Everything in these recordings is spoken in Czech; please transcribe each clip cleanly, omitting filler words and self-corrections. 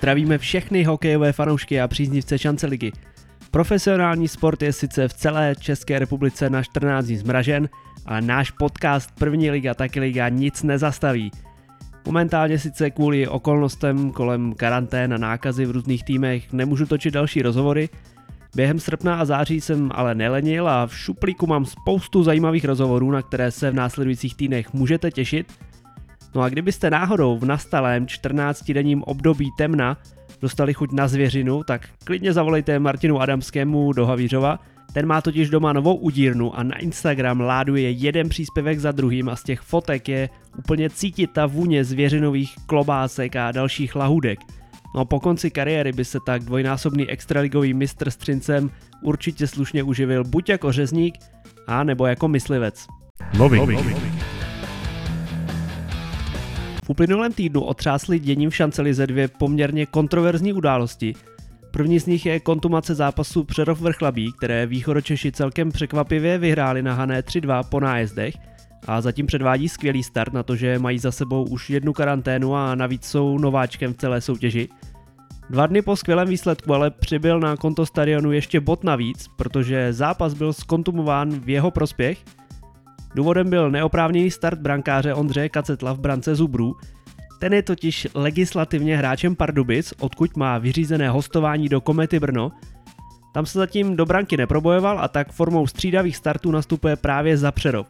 Zdravíme všechny hokejové fanoušky a příznivce šance ligy. Profesionální sport je sice v celé České republice na 14 dní zmražen, ale náš podcast První liga taky liga nic nezastaví. Momentálně sice kvůli okolnostem kolem karantén a nákazy v různých týmech nemůžu točit další rozhovory. Během srpna a září jsem ale nelenil a v šuplíku mám spoustu zajímavých rozhovorů, na které se v následujících týdnech můžete těšit. No a kdybyste náhodou v nastalém 14-denním období temna dostali chuť na zvěřinu, tak klidně zavolejte Martinu Adamskému do Havířova. Ten má totiž doma novou udírnu a na Instagram láduje jeden příspěvek za druhým a z těch fotek je úplně cítit ta vůně zvěřinových klobásek a dalších lahůdek. No a po konci kariéry by se tak dvojnásobný extraligový mistr s Třincem určitě slušně uživil buď jako řezník, a nebo jako myslivec. V uplynulém týdnu otřásly děním v šancelize dvě poměrně kontroverzní události. První z nich je kontumace zápasu Přerov Vrchlabí, které Východočeši celkem překvapivě vyhráli na Hané 3-2 po nájezdech a zatím předvádí skvělý start na to, že mají za sebou už jednu karanténu a navíc jsou nováčkem v celé soutěži. 2 dny po skvělém výsledku ale přibyl na konto stadionu ještě bod navíc, protože zápas byl zkontumován v jeho prospěch. Důvodem byl neoprávněný start brankáře Ondřeje Kacetla v brance Zubrů. Ten je totiž legislativně hráčem Pardubic, odkud má vyřízené hostování do Komety Brno. Tam se zatím do branky neprobojoval a tak formou střídavých startů nastupuje právě za Přerov.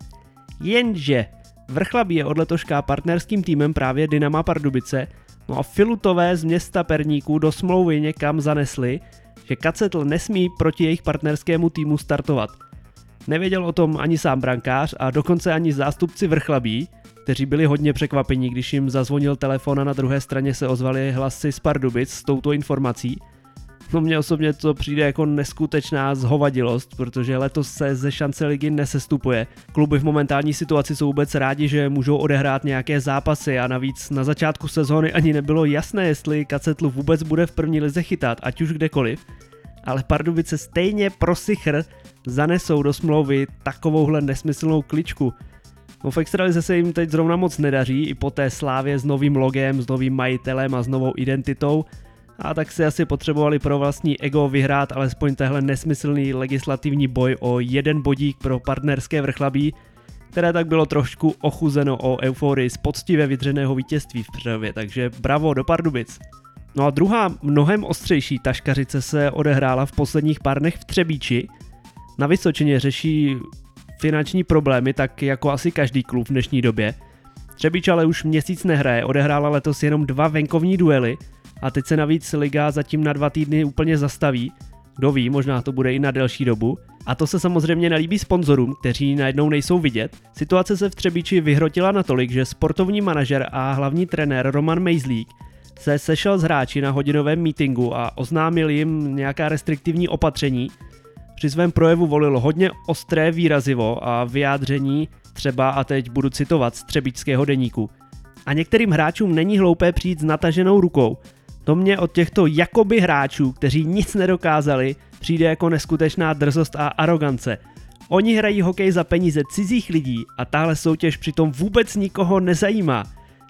Jenže Vrchlabí je od letoška partnerským týmem právě Dynama Pardubice, no a filutové z města Perníků do smlouvy někam zanesli, že Kacetl nesmí proti jejich partnerskému týmu startovat. Nevěděl o tom ani sám brankář a dokonce ani zástupci Vrchlabí, kteří byli hodně překvapení, když jim zazvonil telefon a na druhé straně se ozvaly hlasy z Pardubic s touto informací. No mně osobně to přijde jako neskutečná zhovadilost, protože letos se ze šance ligy nesestupuje. Kluby v momentální situaci jsou vůbec rádi, že můžou odehrát nějaké zápasy a navíc na začátku sezóny ani nebylo jasné, jestli Kacetlu vůbec bude v první lize chytat, ať už kdekoliv. Ale Pardubice stejně pro sichr zanesou do smlouvy takovouhle nesmyslnou kličku. No v extralize se jim teď zrovna moc nedaří, i po té slávě s novým logem, s novým majitelem a s novou identitou, a tak si asi potřebovali pro vlastní ego vyhrát alespoň tehle nesmyslný legislativní boj o jeden bodík pro partnerské Vrchlabí, které tak bylo trošku ochuzeno o euforii z poctivě vydřeného vítězství v Přerově, takže bravo do Pardubic. No a druhá mnohem ostřejší taškařice se odehrála v posledních pár dnech v Třebíči. Na Vysočině řeší finanční problémy, tak jako asi každý klub v dnešní době. Třebíč ale už měsíc nehraje, odehrála letos jenom 2 venkovní duely a teď se navíc liga zatím na 2 týdny úplně zastaví. Kdo ví, možná to bude i na delší dobu. A to se samozřejmě nelíbí sponzorům, kteří najednou nejsou vidět. Situace se v Třebíči vyhrotila natolik, že sportovní manažer a hlavní trenér Roman Mejzlík se sešel s hráči na hodinovém meetingu a oznámil jim nějaká restriktivní opatření. Při svém projevu volil hodně ostré výrazivo a vyjádření třeba, a teď budu citovat z třebíčského deníku. A některým hráčům není hloupé přijít s nataženou rukou. To mě od těchto jakoby hráčů, kteří nic nedokázali, přijde jako neskutečná drzost a arogance. Oni hrají hokej za peníze cizích lidí a tahle soutěž přitom vůbec nikoho nezajímá.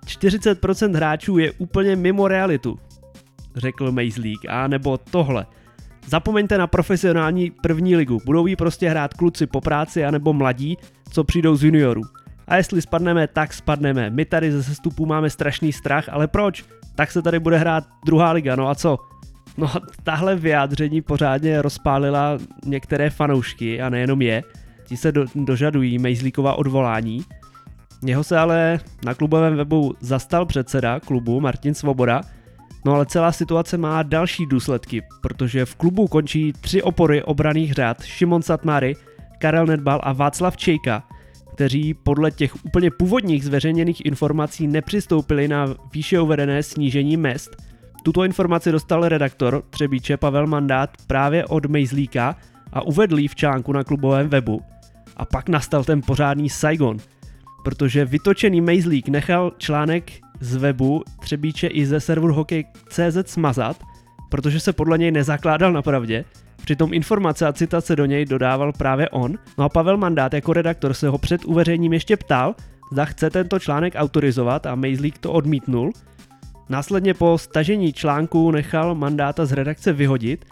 40% hráčů je úplně mimo realitu, řekl Mejzlík, a nebo tohle. Zapomeňte na profesionální první ligu, budou jí prostě hrát kluci po práci anebo mladí, co přijdou z juniorů. A jestli spadneme, tak spadneme. My tady ze sestupu máme strašný strach, ale proč? Tak se tady bude hrát druhá liga, no a co? No tahle vyjádření pořádně rozpálila některé fanoušky a nejenom je. Ti se dožadují Mejzlíkova odvolání. Jeho se ale na klubovém webu zastal předseda klubu Martin Svoboda. No ale celá situace má další důsledky, protože v klubu končí 3 opory obranných řad Šimon Satmary, Karel Nedbal a Václav Čejka, kteří podle těch úplně původních zveřejněných informací nepřistoupili na výše uvedené snížení mezd. Tuto informaci dostal redaktor Třebíče Pavel Mandát právě od Mejzlíka a uvedl ji v článku na klubovém webu. A pak nastal ten pořádný Saigon, protože vytočený Mejzlík nechal článek z webu Třebíče i ze serveru hokej.cz smazat, protože se podle něj nezakládal na pravdě. Přitom informace a citace do něj dodával právě on. No a Pavel Mandát jako redaktor se ho před uveřejněním ještě ptal, zda chce tento článek autorizovat a Mejzlík to odmítnul. Následně po stažení článku nechal Mandáta z redakce vyhodit.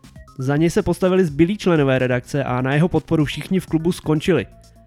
Za něj se postavili zbylí členové redakce a na jeho podporu všichni v klubu skončili.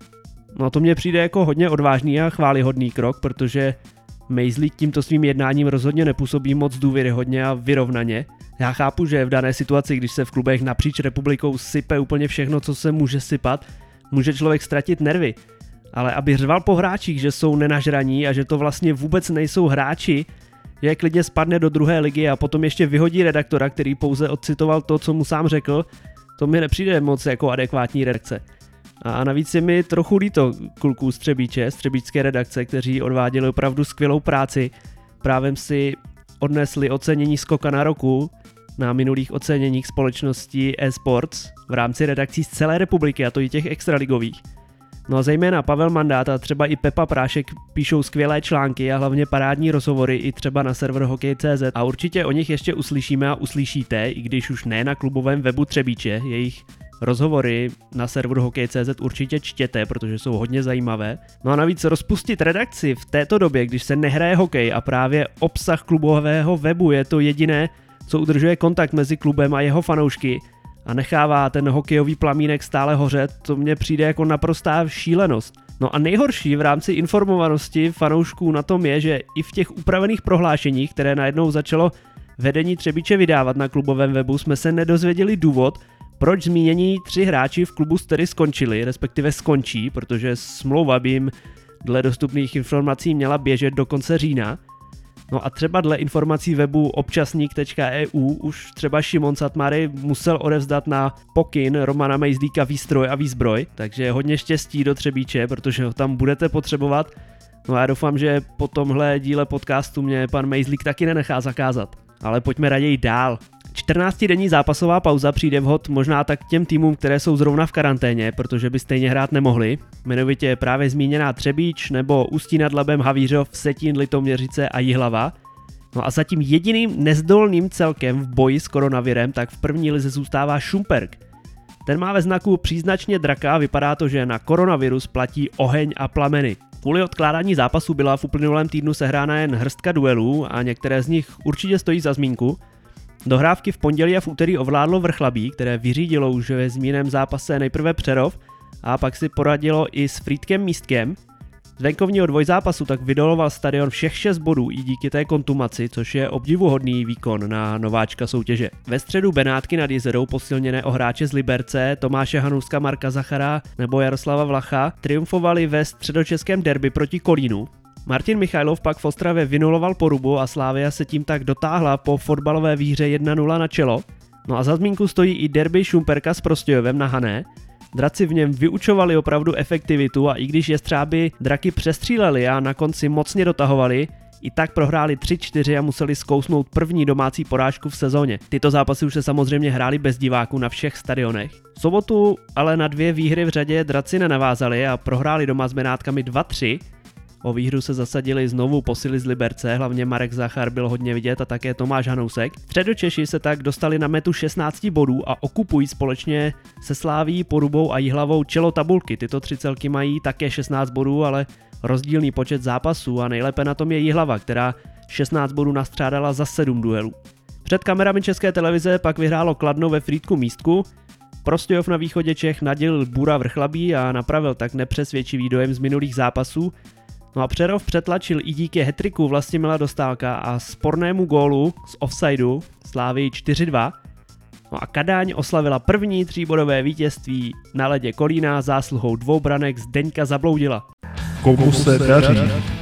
No to mně přijde jako hodně odvážný a chvályhodný krok, protože Maisley tímto svým jednáním rozhodně nepůsobí moc důvěryhodně a vyrovnaně. Já chápu, že v dané situaci, když se v klubech napříč republikou sype úplně všechno, co se může sypat, může člověk ztratit nervy. Ale aby řval po hráčích, že jsou nenažraní a že to vlastně vůbec nejsou hráči, že klidně spadne do druhé ligy a potom ještě vyhodí redaktora, který pouze odcitoval to, co mu sám řekl, to mi nepřijde moc jako adekvátní redakce. A navíc je mi trochu líto kluků z Třebíče, z třebíčské redakce, kteří odváděli opravdu skvělou práci. Právě si odnesli ocenění Skokana roku na minulých oceněních společnosti eSports v rámci redakcí z celé republiky, a to i těch extraligových. No a zejména Pavel Mandát a třeba i Pepa Prášek píšou skvělé články a hlavně parádní rozhovory i třeba na serveru Hokej.cz a určitě o nich ještě uslyšíme a uslyšíte, i když už ne na klubovém webu Třebíče, jejich rozhovory na serveru Hokej.cz určitě čtěte, protože jsou hodně zajímavé. No a navíc rozpustit redakci v této době, když se nehraje hokej a právě obsah klubového webu je to jediné, co udržuje kontakt mezi klubem a jeho fanoušky a nechává ten hokejový plamínek stále hořet, to mně přijde jako naprostá šílenost. No a nejhorší v rámci informovanosti fanoušků na tom je, že i v těch upravených prohlášeních, které najednou začalo vedení Třebíče vydávat na klubovém webu, jsme se nedozvěděli důvod, proč zmínění 3 hráči v klubu tedy skončili, respektive skončí, protože smlouva by jim dle dostupných informací měla běžet do konce října. No a třeba dle informací webu občasník.eu už třeba Šimon Satmary musel odevzdat na pokyn Romana Mejzlíka výstroj a výzbroj, takže hodně štěstí do Třebíče, protože ho tam budete potřebovat. No a já doufám, že po tomhle díle podcastu mě pan Mejzlík taky nenechá zakázat. Ale pojďme raději dál. 14denní zápasová pauza přijde vhod možná tak těm týmům, které jsou zrovna v karanténě, protože by stejně hrát nemohli. Jmenovitě právě zmíněná Třebíč nebo Ústí nad Labem, Havířov, Vsetín, Litoměřice a Jihlava. No a zatím jediným nezdolným celkem v boji s koronavirem tak v první lize zůstává Šumperk. Ten má ve znaku příznačně draka a vypadá to, že na koronavirus platí oheň a plameny. Kvůli odkládání zápasu byla v uplynulém týdnu sehrána jen hrstka duelů a některé z nich určitě stojí za zmínku. Dohrávky v pondělí a v úterý ovládlo Vrchlabí, které vyřídilo už ve zmíněném zápase nejprve Přerov a pak si poradilo i s Frýdkem Místkem. Z venkovního dvojzápasu tak vydoloval stadion všech 6 bodů i díky té kontumaci, což je obdivuhodný výkon na nováčka soutěže. Ve středu Benátky nad Jizerou, posilněné o hráče z Liberce, Tomáše Hanouska, Marka Zachara nebo Jaroslava Vlacha, triumfovali ve středočeském derby proti Kolínu. Martin Michailov pak v Ostravě vynuloval Porubu a Slavia se tím tak dotáhla po fotbalové výhře 1-0 na čelo. No a za zmínku stojí i derby Šumperka s Prostějovem na Hané. Draci v něm vyučovali opravdu efektivitu a i když jestřáby draky přestříleli a na konci mocně dotahovali, i tak prohráli 3-4 a museli zkousnout první domácí porážku v sezóně. Tyto zápasy už se samozřejmě hrály bez diváků na všech stadionech. V sobotu ale na 2 výhry v řadě draci nenavázali a prohráli doma s Benátkami 2-3. O výhru se zasadili znovu posily z Liberce, hlavně Marek Zachar byl hodně vidět a také Tomáš Hanousek. Středočeši se tak dostali na metu 16 bodů a okupují společně se Sláví, Porubou a Jihlavou čelo tabulky. Tyto 3 celky mají také 16 bodů, ale rozdílný počet zápasů a nejlépe na tom je Jihlava, která 16 bodů nastřádala za 7 duelů. Před kamerami České televize pak vyhrálo Kladno ve Frýdku Místku. Prostějov na východě Čech nadělil Bura Vrchlabí a napravil tak nepřesvědčivý dojem z minulých zápasů. No a Přerov přetlačil i díky hat-tricku Vlastimila Dostálka a spornému gólu z offsideu Slávii 4-2. No a Kadaň oslavila první 3bodové vítězství na ledě Kolína zásluhou 2 branek Zdeňka Zabloudila. Komu se daří?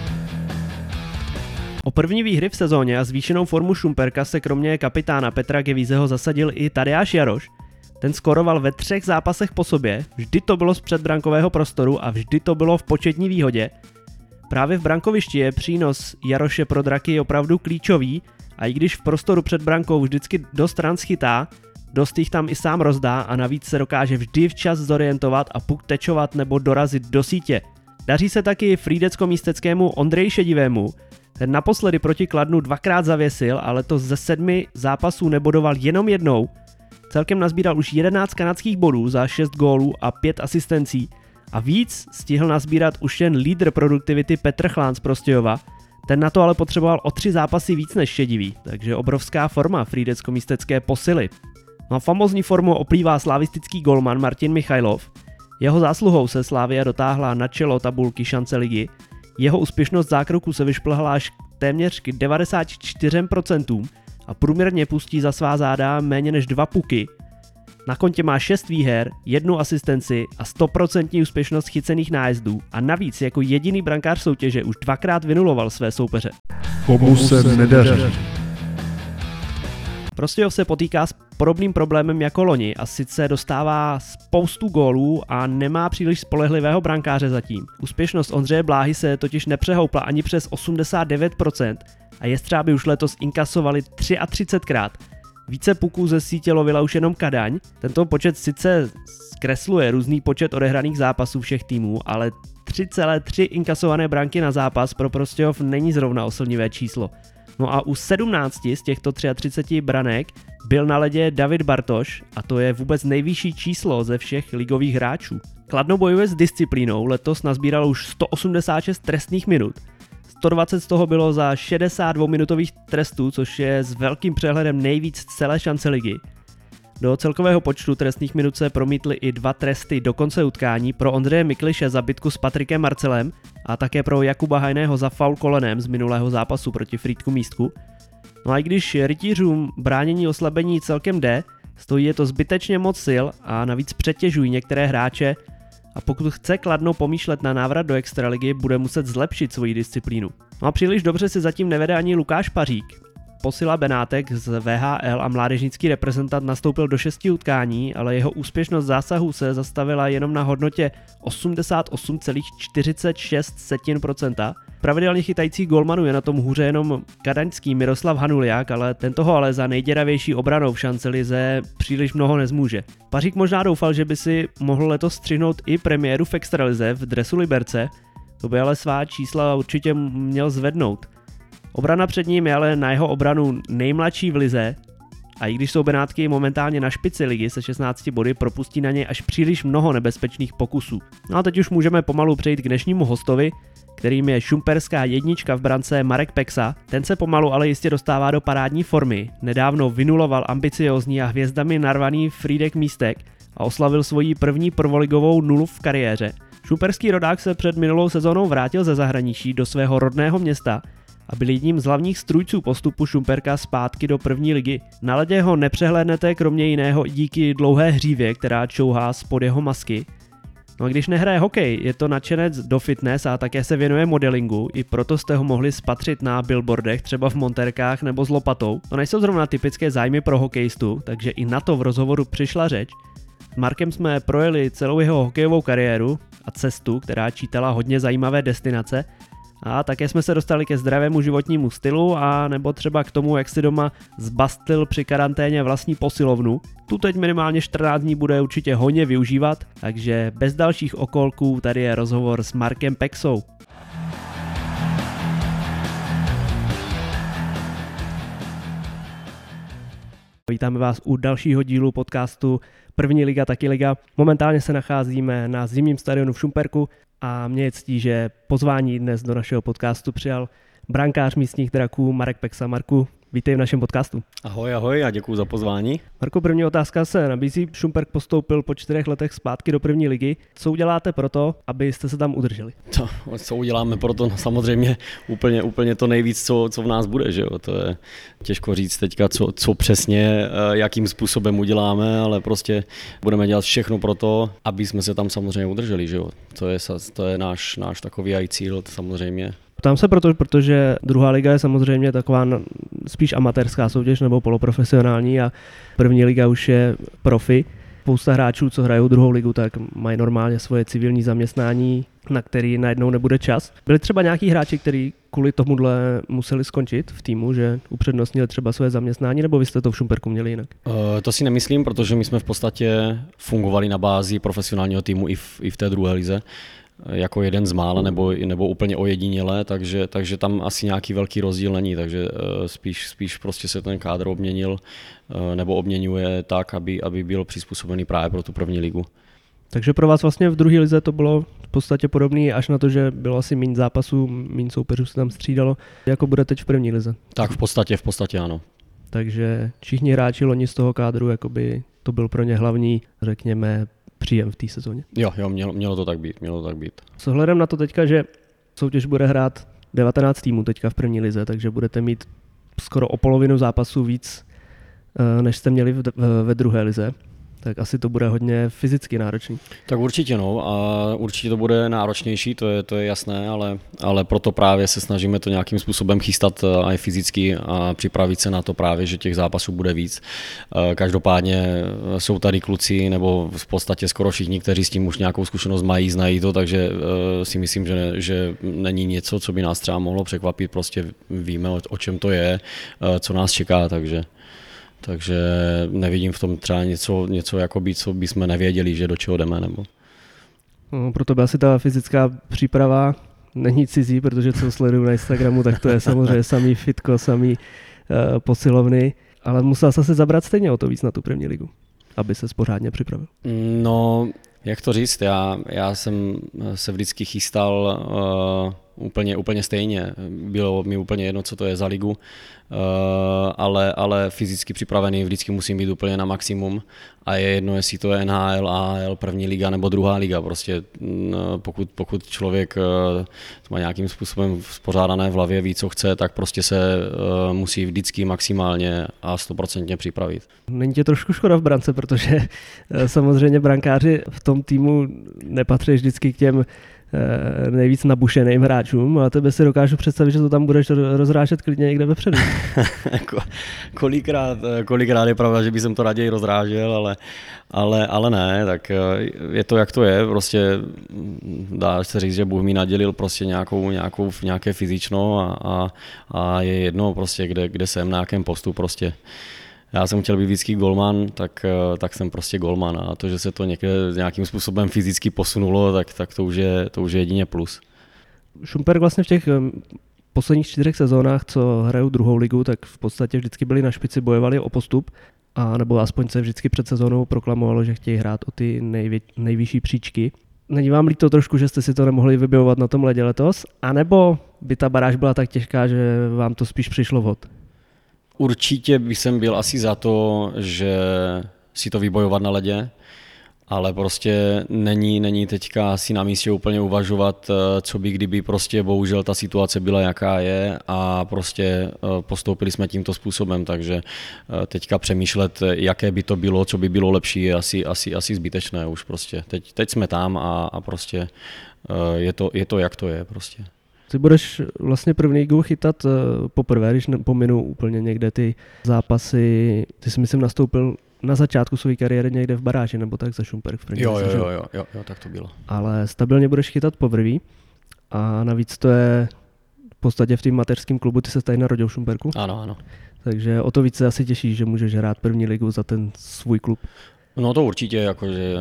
O první výhry v sezóně a zvýšenou formu Šumperka se kromě kapitána Petra Gevízeho zasadil i Tadeáš Jaroš. Ten skoroval ve 3 zápasech po sobě, vždy to bylo z předbrankového prostoru a vždy to bylo v početní výhodě. Právě v brankovišti je přínos Jaroše pro draky opravdu klíčový a i když v prostoru před brankou vždycky dost ran schytá, dost jich tam i sám rozdá a navíc se dokáže vždy včas zorientovat a puk tečovat nebo dorazit do sítě. Daří se taky frýdecko-místeckému Ondřeji Šedivému, ten naposledy proti Kladnu 2krát zavěsil, ale to ze 7 zápasů nebodoval jenom jednou. Celkem nazbíral už 11 kanadských bodů za 6 gólů a 5 asistencí. A víc stihl nazbírat už jen lídr produktivity Petr Chlán z Prostějova. Ten na to ale potřeboval o 3 zápasy víc než šedivý, takže obrovská forma frýdecko-místecké posily. No famózní formu oplývá slavistický golman Martin Michailov. Jeho zásluhou se Slavia dotáhla na čelo tabulky šance ligy. Jeho úspěšnost zákroku se vyšplhala až téměř k 94% a průměrně pustí za svá záda méně než 2 puky. Na kontě má 6 výher, 1 asistenci a 100% úspěšnost chycených nájezdů a navíc jako jediný brankář soutěže už 2krát vynuloval své soupeře. Komu se nedaří. Prostějov se potýká s podobným problémem jako loni a sice dostává spoustu gólů a nemá příliš spolehlivého brankáře zatím. Úspěšnost Ondřeje Bláhy se totiž nepřehoupla ani přes 89% a Jestřáby už letos inkasovali 33krát. Více puků ze sítě lovila už jenom Kadaň. Tento počet sice zkresluje různý počet odehraných zápasů všech týmů, ale 3,3 inkasované branky na zápas pro Prostějov není zrovna oslnivé číslo. No a u 17 z těchto 33 branek byl na ledě David Bartoš a to je vůbec nejvyšší číslo ze všech ligových hráčů. Kladno bojuje s disciplínou, letos nazbíral už 186 trestných minut. 120 z toho bylo za 62-minutových trestů, což je s velkým přehledem nejvíc z celé šance ligy. Do celkového počtu trestných minut se promítly i 2 tresty do konce utkání pro Ondřeje Mikliše za bitku s Patrikem Marcelem a také pro Jakuba Hajného za faul kolenem z minulého zápasu proti Frýdku Místku. No a i když rytířům bránění oslabení celkem jde, stojí je to zbytečně moc sil a navíc přetěžují některé hráče a pokud chce Kladno pomýšlet na návrat do extraligy, bude muset zlepšit svoji disciplínu. No a příliš dobře si zatím nevede ani Lukáš Pařík. Posila Benátek z VHL a mládežnický reprezentant nastoupil do 6 utkání, ale jeho úspěšnost zásahu se zastavila jenom na hodnotě 88,46%. Pravidelně chytající golmanů je na tom hůře jenom kadaňský Miroslav Hanuliak, ale ten toho ale za nejděravější obranou v šance lize příliš mnoho nezmůže. Pařík možná doufal, že by si mohl letos střihnout i premiéru v extralize v dresu Liberce, to by ale svá čísla určitě měl zvednout. Obrana před ním je ale na jeho obranu nejmladší v lize a i když jsou Benátky momentálně na špici ligy se 16 body, propustí na něj až příliš mnoho nebezpečných pokusů. No a teď už můžeme pomalu přejít k dnešnímu hostovi, kterým je šumperská jednička v brance Marek Peksa. Ten se pomalu ale jistě dostává do parádní formy. Nedávno vynuloval ambiciózní a hvězdami narvaný Frýdek Místek a oslavil svoji první prvoligovou nulu v kariéře. Šumperský rodák se před minulou sezónou vrátil ze zahraničí do svého rodného města a byl jedním z hlavních strůjců postupu Šumperka zpátky do první ligy. Na ledě ho nepřehlédnete kromě jiného díky dlouhé hřívě, která čouhá spod jeho masky. No a když nehraje hokej, je to nadšenec do fitness a také se věnuje modelingu, i proto jste ho mohli spatřit na billboardech, třeba v montérkách nebo s lopatou. To nejsou zrovna typické zájmy pro hokejistu, takže i na to v rozhovoru přišla řeč. S Markem jsme projeli celou jeho hokejovou kariéru a cestu, která čítala hodně zajímavé destinace, a také jsme se dostali ke zdravému životnímu stylu a nebo třeba k tomu, jak si doma zbastil při karanténě vlastní posilovnu. Tu teď minimálně 14 dní bude určitě hojně využívat, takže bez dalších okolků tady je rozhovor s Markem Peksou. Vítáme vás u dalšího dílu podcastu První liga, taky liga. Momentálně se nacházíme na zimním stadionu v Šumperku a mě je ctí, že pozvání dnes do našeho podcastu přijal brankář místních draků Marek Peksa. Marku, vítej v našem podcastu. Ahoj a děkuji za pozvání. Marko, první otázka se nabízí. Šumperk postoupil po 4 letech zpátky do první ligy. Co uděláte pro to, abyste se tam udrželi? Co uděláme pro to? No, samozřejmě úplně to nejvíc, co v nás bude. Že jo? To je těžko říct teďka, co přesně, jakým způsobem uděláme, ale prostě budeme dělat všechno pro to, aby jsme se tam samozřejmě udrželi. Že jo? To je náš takový cíl samozřejmě. Ptám se protože druhá liga je samozřejmě taková spíš amatérská soutěž nebo poloprofesionální a první liga už je profi. Spousta hráčů, co hrajou druhou ligu, tak mají normálně svoje civilní zaměstnání, na který najednou nebude čas. Byli třeba nějaký hráči, kteří kvůli tomuhle museli skončit v týmu, že upřednostnili třeba své zaměstnání, nebo vy jste to v Šumperku měli jinak? To si nemyslím, protože my jsme v podstatě fungovali na bázi profesionálního týmu i v té druhé lize. Jako jeden z mála nebo úplně ojediněle, takže tam asi nějaký velký rozdíl není, takže spíš prostě se ten kádr obměnil nebo obměňuje tak, aby byl přizpůsobený právě pro tu první ligu. Takže pro vás vlastně v druhé lize to bylo podstatě podobný, až na to, že bylo asi méně zápasů, méně soupeřů se tam střídalo, jako bude teď v první lize. Tak v podstatě ano. Takže všichni hráči loni z toho kádru, jakoby to byl pro ně hlavní, řekněme, příjem v té sezóně. Jo, mělo to tak být. S ohledem na to teďka, že soutěž bude hrát 19 týmů teďka v první lize, takže budete mít skoro o polovinu zápasů víc, než jste měli ve druhé lize, tak asi to bude hodně fyzicky náročný. Tak určitě a určitě to bude náročnější, to je jasné, ale proto právě se snažíme to nějakým způsobem chystat i fyzicky a připravit se na to právě, že těch zápasů bude víc. Každopádně jsou tady kluci, nebo v podstatě skoro všichni, kteří s tím už nějakou zkušenost mají, znají to, takže si myslím, že není něco, co by nás třeba mohlo překvapit, prostě víme, o čem to je, co nás čeká, takže nevidím v tom třeba něco jakoby, co bychom nevěděli, že do čeho jdeme. Nebo. No, proto by asi ta fyzická příprava není cizí, protože co sleduju na Instagramu, tak to je samozřejmě samý fitko, samý posilovny, ale musel se zabrat stejně o to víc na tu první ligu, aby se pořádně připravil. No, jak to říct, já jsem se vždycky chystal úplně stejně. Bylo mi úplně jedno, co to je za ligu, ale fyzicky připravený vždycky musím být úplně na maximum a je jedno, jestli to je NHL, AHL, první liga nebo druhá liga. Prostě pokud člověk má nějakým způsobem spořádané v hlavě, ví, co chce, tak prostě se musí vždycky maximálně a 100% připravit. Není tě trošku škoda v brance, protože samozřejmě brankáři v tom týmu nepatří vždycky k těm nejvíc nabušeným hráčům, ale tebe si dokážu představit, že to tam budeš rozrážet klidně někde vepředu. Kolikrát je pravda, že bych to raději rozrážel, ale ne, tak je to, jak to je, prostě dá se říct, že Bůh mi nadělil prostě nějaké fyzično a je jedno prostě, kde jsem, na jakém postu prostě. Já jsem chtěl být vždycky golman, tak jsem prostě golman a to, že se to někde nějakým způsobem fyzicky posunulo, tak to už je jedině plus. Šumperk vlastně v těch posledních 4 sezónách, co hrajou druhou ligu, tak v podstatě vždycky byli na špici, bojovali o postup, a nebo aspoň se vždycky před sezónou proklamovalo, že chtějí hrát o ty nejvyšší příčky. Není vám líto trošku, že jste si to nemohli vybojovat na tom ledě letos? A nebo by ta baráž byla tak těžká, že vám to spíš přišlo vhod? Určitě bych jsem byl asi za to, že si to vybojovat na ledě, ale prostě není teďka asi na místě úplně uvažovat, co by kdyby prostě bohužel ta situace byla jaká je a prostě postoupili jsme tímto způsobem, takže teďka přemýšlet, jaké by to bylo, co by bylo lepší, je asi zbytečné už prostě. Teď jsme tam a prostě je to jak to je prostě. Ty budeš vlastně první ligu chytat poprvé, když pominu úplně někde ty zápasy. Ty jsi myslím nastoupil na začátku své kariéry někde v baráži, nebo tak za Šumperk v první lize. Jo, tak to bylo. Ale stabilně budeš chytat poprvé a navíc to je v podstatě v tým mateřském klubu, ty se tady narodil v Šumperku. Ano. Takže o to víc se asi těšíš, že můžeš hrát první ligu za ten svůj klub. No to určitě, jakože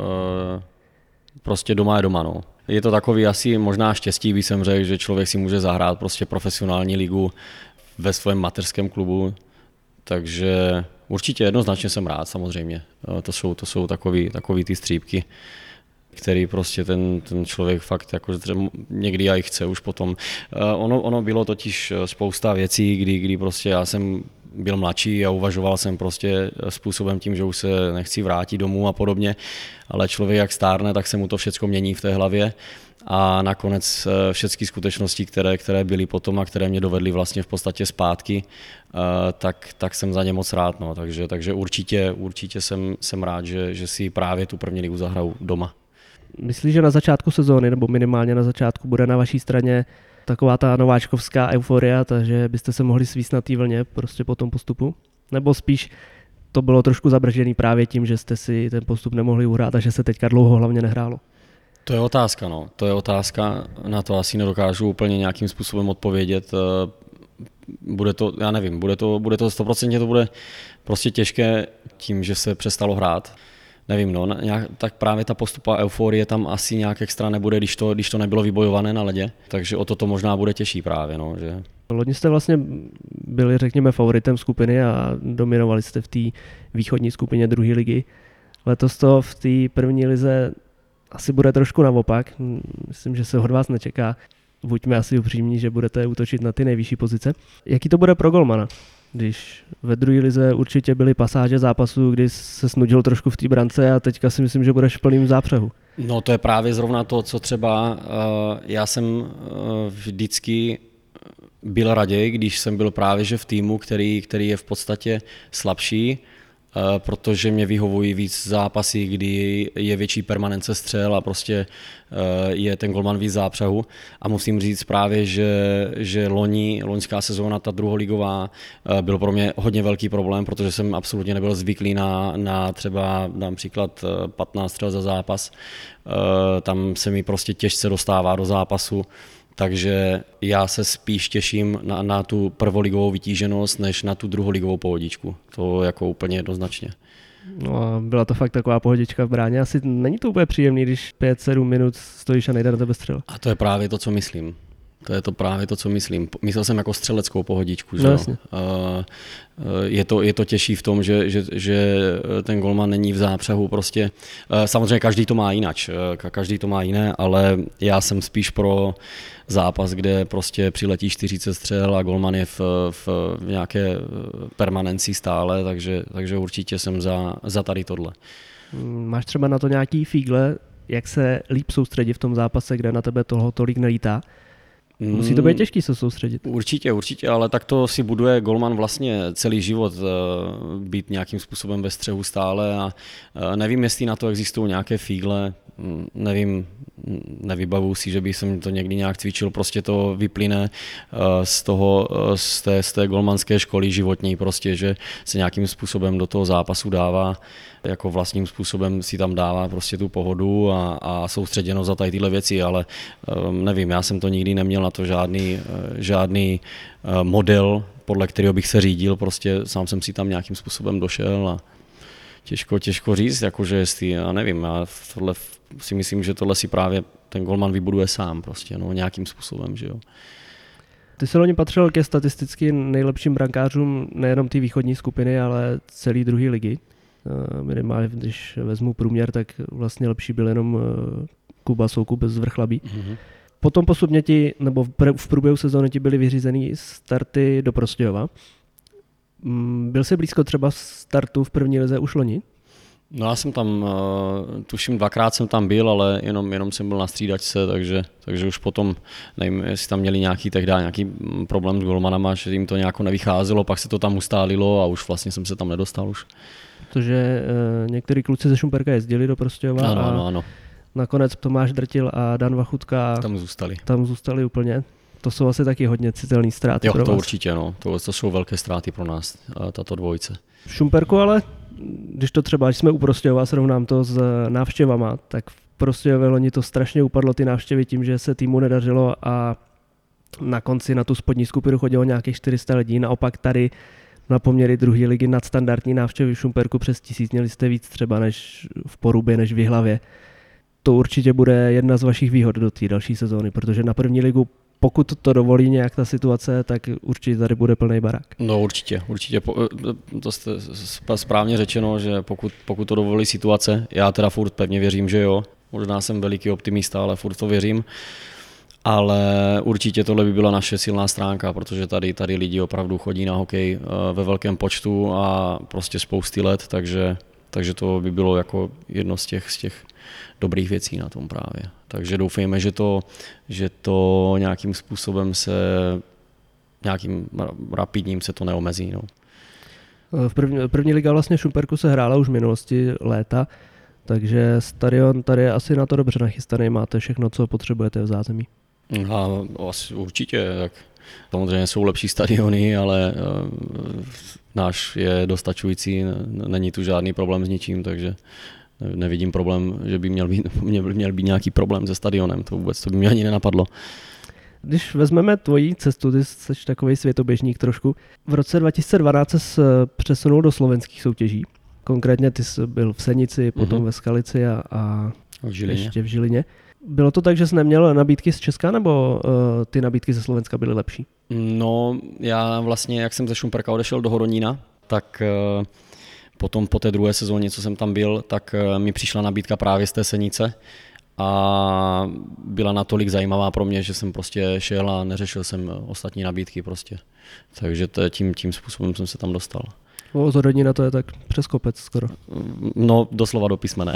prostě doma je doma, no. Je to takový asi možná štěstí, bych jsem řekl, že člověk si může zahrát prostě profesionální ligu ve svém mateřském klubu, takže určitě jednoznačně jsem rád samozřejmě. To jsou takový ty střípky, který prostě ten člověk fakt jako někdy i chce už potom. Ono bylo totiž spousta věcí, kdy prostě já jsem byl mladší a uvažoval jsem prostě způsobem tím, že už se nechci vrátit domů a podobně, ale člověk jak stárne, tak se mu to všecko mění v té hlavě a nakonec všechny skutečnosti, které byly potom a které mě dovedly vlastně v podstatě zpátky, tak jsem za ně moc rád. No. Takže určitě jsem rád, že si právě tu první ligu zahraju doma. Myslíš, že na začátku sezóny, nebo minimálně na začátku, bude na vaší straně taková ta nováčkovská euforia, takže byste se mohli svíst na té vlně prostě po tom postupu? Nebo spíš to bylo trošku zabržený právě tím, že jste si ten postup nemohli uhrát a že se teďka dlouho hlavně nehrálo? To je otázka, no. To je otázka, na to asi nedokážu úplně nějakým způsobem odpovědět. Bude to, já nevím, bude to 100%, to bude prostě těžké tím, že se přestalo hrát. Nevím, no, tak právě ta postupová euforie tam asi nějak extra nebude, když to nebylo vybojované na ledě, takže o to možná bude těžší právě, no, že. Loni jste vlastně byli, řekněme, favoritem skupiny a dominovali jste v té východní skupině druhé ligy. Letos to v té první lize asi bude trošku naopak. Myslím, že se od vás nečeká. Buďme asi upřímní, že budete útočit na ty nejvyšší pozice. Jaký to bude pro golmana? Když ve druhé lize určitě byly pasáže zápasů, kdy se snudil trošku v té brance a teďka si myslím, že budeš v plným zápřehu. No to je právě zrovna to, co třeba já jsem vždycky byl raději, když jsem byl právě že v týmu, který je v podstatě slabší, protože mě vyhovují víc zápasy, kdy je větší permanence střel a prostě je ten golman víc zápřehu. A musím říct právě, že loňská sezóna, ta druholigová, byl pro mě hodně velký problém, protože jsem absolutně nebyl zvyklý na třeba například 15 střel za zápas. Tam se mi prostě těžce dostává do zápasu. Takže já se spíš těším na tu prvoligovou vytíženost, než na tu druholigovou pohodičku. To jako úplně jednoznačně. No a byla to fakt taková pohodička v bráně. Asi není to úplně příjemný, když 5-7 minut stojíš a nejde na tebe střela. A to je právě to, co myslím. Právě to, co myslím. Myslel jsem jako střeleckou pohodičku. No, že? Je to těžší v tom, že ten golman není v zápřehu. Prostě. Samozřejmě každý to má jinak, každý to má jiné, ale já jsem spíš pro zápas, kde prostě přiletí 40 střel a golman je v nějaké permanenci stále, takže určitě jsem za tady tohle. Máš třeba na to nějaký fígle, jak se líp soustředit v tom zápase, kde na tebe toho tolik nelítá? Musí to být těžký se soustředit. Určitě, ale tak to si buduje golman vlastně celý život, být nějakým způsobem ve střehu stále a nevím, jestli na to existují nějaké fígle, nevím, nevybavuji si, že bych jsem to někdy nějak cvičil, prostě to vyplyne z té golmanské školy životní, prostě, že se nějakým způsobem do toho zápasu dává, jako vlastním způsobem si tam dává prostě tu pohodu a soustředěnost za tady tyhle věci, ale nevím, já jsem to nikdy neměl na to žádný model, podle kterého bych se řídil, prostě sám jsem si tam nějakým způsobem došel a těžko říct, jakože jestli, já nevím, já tohle si myslím, že tohle si právě ten golman vybuduje sám prostě, no, nějakým způsobem, že jo. Ty se loni patřil ke statisticky nejlepším brankářům nejenom té východní skupiny, ale celé druhé ligy. Minimálně, když vezmu průměr, tak vlastně lepší byl jenom Kuba Soukup z Vrchlabí. Mm-hmm. Potom postupně v průběhu sezóny ti byly vyřízený starty do Prostějova. Byl jsi blízko třeba startu v první lize už loni? No já jsem tam, tuším 2krát jsem tam byl, ale jenom jsem byl na střídačce, takže už potom, nevím, jestli tam měli nějaký problém s golmanama, že jim to nějak nevycházelo, pak se to tam ustálilo a už vlastně jsem se tam nedostal už. Protože některý kluci ze Šumperka jezdili do Prostějova ano. Nakonec Tomáš Drtil a Dan Vachutka tam zůstali úplně. To jsou asi taky hodně citelné ztráty pro vás. Jo, to určitě, no. To jsou velké ztráty pro nás, tato dvojice. V Šumperku ale, když jsme u Prostějova, srovnám to s návštěvama, tak v Prostějově loni to strašně upadlo ty návštěvy tím, že se týmu nedařilo a na konci na tu spodní skupinu chodilo nějakých 400 lidí. Naopak tady na poměry druhé ligy nadstandardní návštěvy v Šumperku přes 1000, měli jste víc třeba než v Porubě, než v Jihlavě. To určitě bude jedna z vašich výhod do té další sezóny, protože na první ligu, pokud to dovolí nějak ta situace, tak určitě tady bude plný barák. No určitě. To jste správně řečeno, že pokud to dovolí situace, já teda furt pevně věřím, že jo. Možná jsem veliký optimista, ale furt to věřím. Ale určitě tohle by byla naše silná stránka, protože tady lidi opravdu chodí na hokej ve velkém počtu a prostě spousty let, takže to by bylo jako jedno z těch dobrých věcí na tom právě. Takže doufejme, že to nějakým způsobem nějakým rapidním se to neomezí. No. První liga vlastně v Šumperku se hrála už v minulosti léta, takže stadion tady je asi na to dobře nachystaný, máte všechno, co potřebujete v zázemí. A asi určitě, tak samozřejmě jsou lepší stadiony, ale náš je dostačující, není tu žádný problém s ničím, takže nevidím problém, že by měl být nějaký problém se stadionem, to by mě ani nenapadlo. Když vezmeme tvoji cestu, ty jsi takový světoběžník trošku, v roce 2012 se přesunul do slovenských soutěží, konkrétně ty jsi byl v Senici, potom ve Skalici a ještě v Žilině. Bylo to tak, že jsi neměl nabídky z Česka, nebo ty nabídky ze Slovenska byly lepší? No, já vlastně, jak jsem ze Šumperka odešel do Horonína, tak potom po té druhé sezóně, co jsem tam byl, tak mi přišla nabídka právě z té Senice a byla natolik zajímavá pro mě, že jsem prostě šel a neřešil jsem ostatní nabídky prostě. Takže tím způsobem jsem se tam dostal. Z Hodonína to je tak přes kopec skoro. No, doslova do písmene.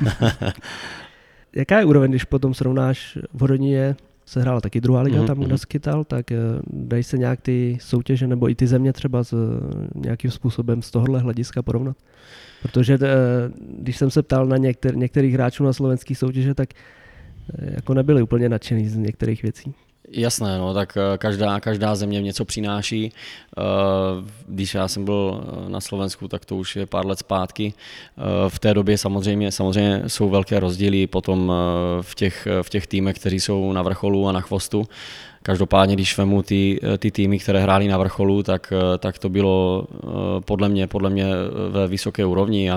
Jaká je úroveň, když potom srovnáš v Hodoníně, se hrála taky druhá liga, tam kde skytal, tak dají se nějak ty soutěže nebo i ty země třeba nějakým způsobem z tohohle hlediska porovnat? Protože když jsem se ptal na některých hráčů na slovenských soutěže, tak jako nebyli úplně nadšený z některých věcí. Jasné, no, tak každá země něco přináší. Když já jsem byl na Slovensku, tak to už je pár let zpátky. V té době samozřejmě jsou velké rozdíly potom v těch týmech, kteří jsou na vrcholu a na chvostu. Každopádně, když vemu ty týmy, které hrály na vrcholu, tak to bylo podle mě ve vysoké úrovni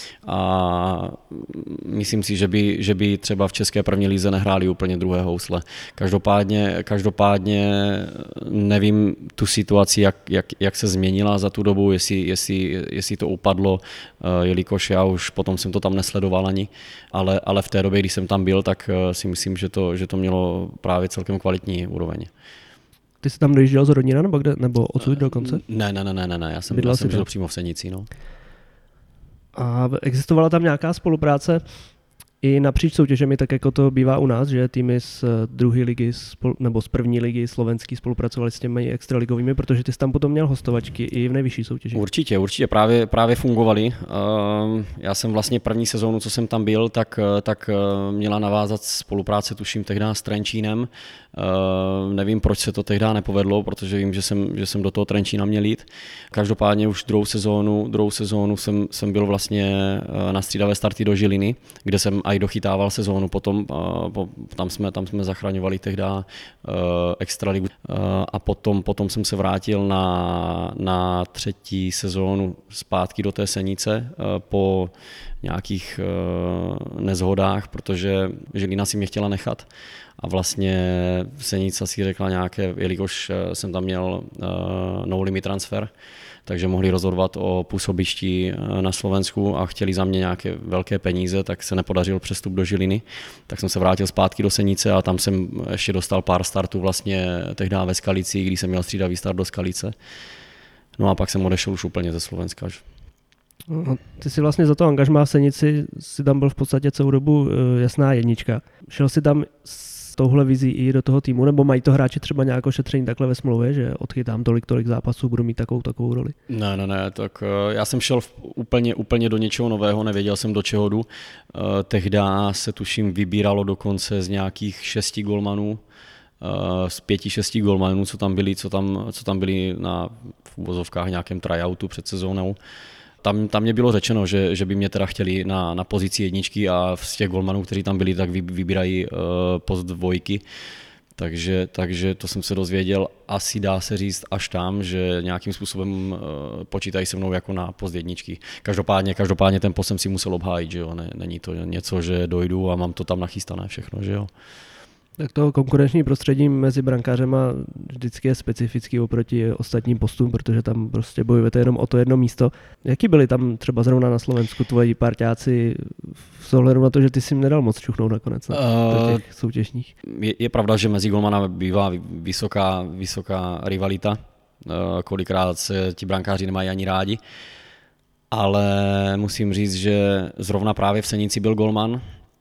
a myslím si, že by třeba v české první lize nehráli úplně druhé housle. Každopádně nevím tu situaci, jak se změnila za tu dobu, jestli to upadlo, jelikož já už potom jsem to tam nesledoval ani, ale v té době, když jsem tam byl, tak si myslím, že to mělo právě celkem kvalitní úroveň. Ty jsi tam dojížděl z Hodonína nebo odsud dokonce? Ne, já jsem žil přímo v Senici. No. A existovala tam nějaká spolupráce i napříč soutěžemi, tak jako to bývá u nás, že týmy z druhé ligy nebo z první ligy slovenský spolupracovali s těmi extraligovými, protože ty jsi tam potom měl hostovačky i v nejvyšší soutěži. Určitě, právě fungovaly. Já jsem vlastně první sezónu, co jsem tam byl, tak měla navázat spolupráce, tuším, tehdy s Trenčínem. Nevím, proč se to tehdy nepovedlo, protože vím, že jsem do toho Trenčína měl jít. Každopádně už druhou sezónu jsem byl vlastně na střídavé starty do Žiliny, kde jsem i dochytával sezónu. Potom tam jsme zachraňovali tehdy extraligu a potom jsem se vrátil na třetí sezónu zpátky do té Senice po nějakých nezhodách, nezhodách, protože Žilina si mě chtěla nechat. A vlastně Senica si řekla nějaké, jelikož jsem tam měl no limit transfer, takže mohli rozhodovat o působišti na Slovensku a chtěli za mě nějaké velké peníze, tak se nepodařil přestup do Žiliny. Tak jsem se vrátil zpátky do Senice a tam jsem ještě dostal pár startů vlastně tehdy ve Skalici, když jsem měl střídavý start do Skalice. No a pak jsem odešel už úplně ze Slovenska. Ty si vlastně za to angažmá v Senici, si tam byl v podstatě celou dobu jasná jednička. Šel si tam s touhle vizí i do toho týmu, nebo mají to hráči třeba nějak ošetření takhle ve smlouvě, že odchytám tolik zápasů, budu mít takovou roli? Ne, tak já jsem šel úplně do něčeho nového, nevěděl jsem, do čeho jdu. Tehdy se tuším vybíralo dokonce z nějakých 6 golmanů, z 5-6 golmanů, co tam byli v uvozovkách nějakém tryoutu před sezónou. Tam mě bylo řečeno, že by mě teda chtěli na pozici jedničky a z těch golmanů, kteří tam byli, tak vybírají post dvojky. Takže to jsem se dozvěděl, asi dá se říct až tam, že nějakým způsobem počítají se mnou jako na post jedničky. Každopádně ten post jsem si musel obhájit, že jo, není to něco, že dojdu a mám to tam nachystané všechno, že jo. Tak to konkurenční prostředí mezi brankářema vždycky je specifický oproti ostatním postům, protože tam prostě bojujete jenom o to jedno místo. Jaký byli tam třeba zrovna na Slovensku tvoji parťáci s ohledem na to, že ty jsi jim nedal moc čuchnout nakonec na těch soutěžních? Je pravda, že mezi golmana bývá vysoká rivalita. Kolikrát se ti brankáři nemají ani rádi. Ale musím říct, že zrovna právě v Senici byl golman,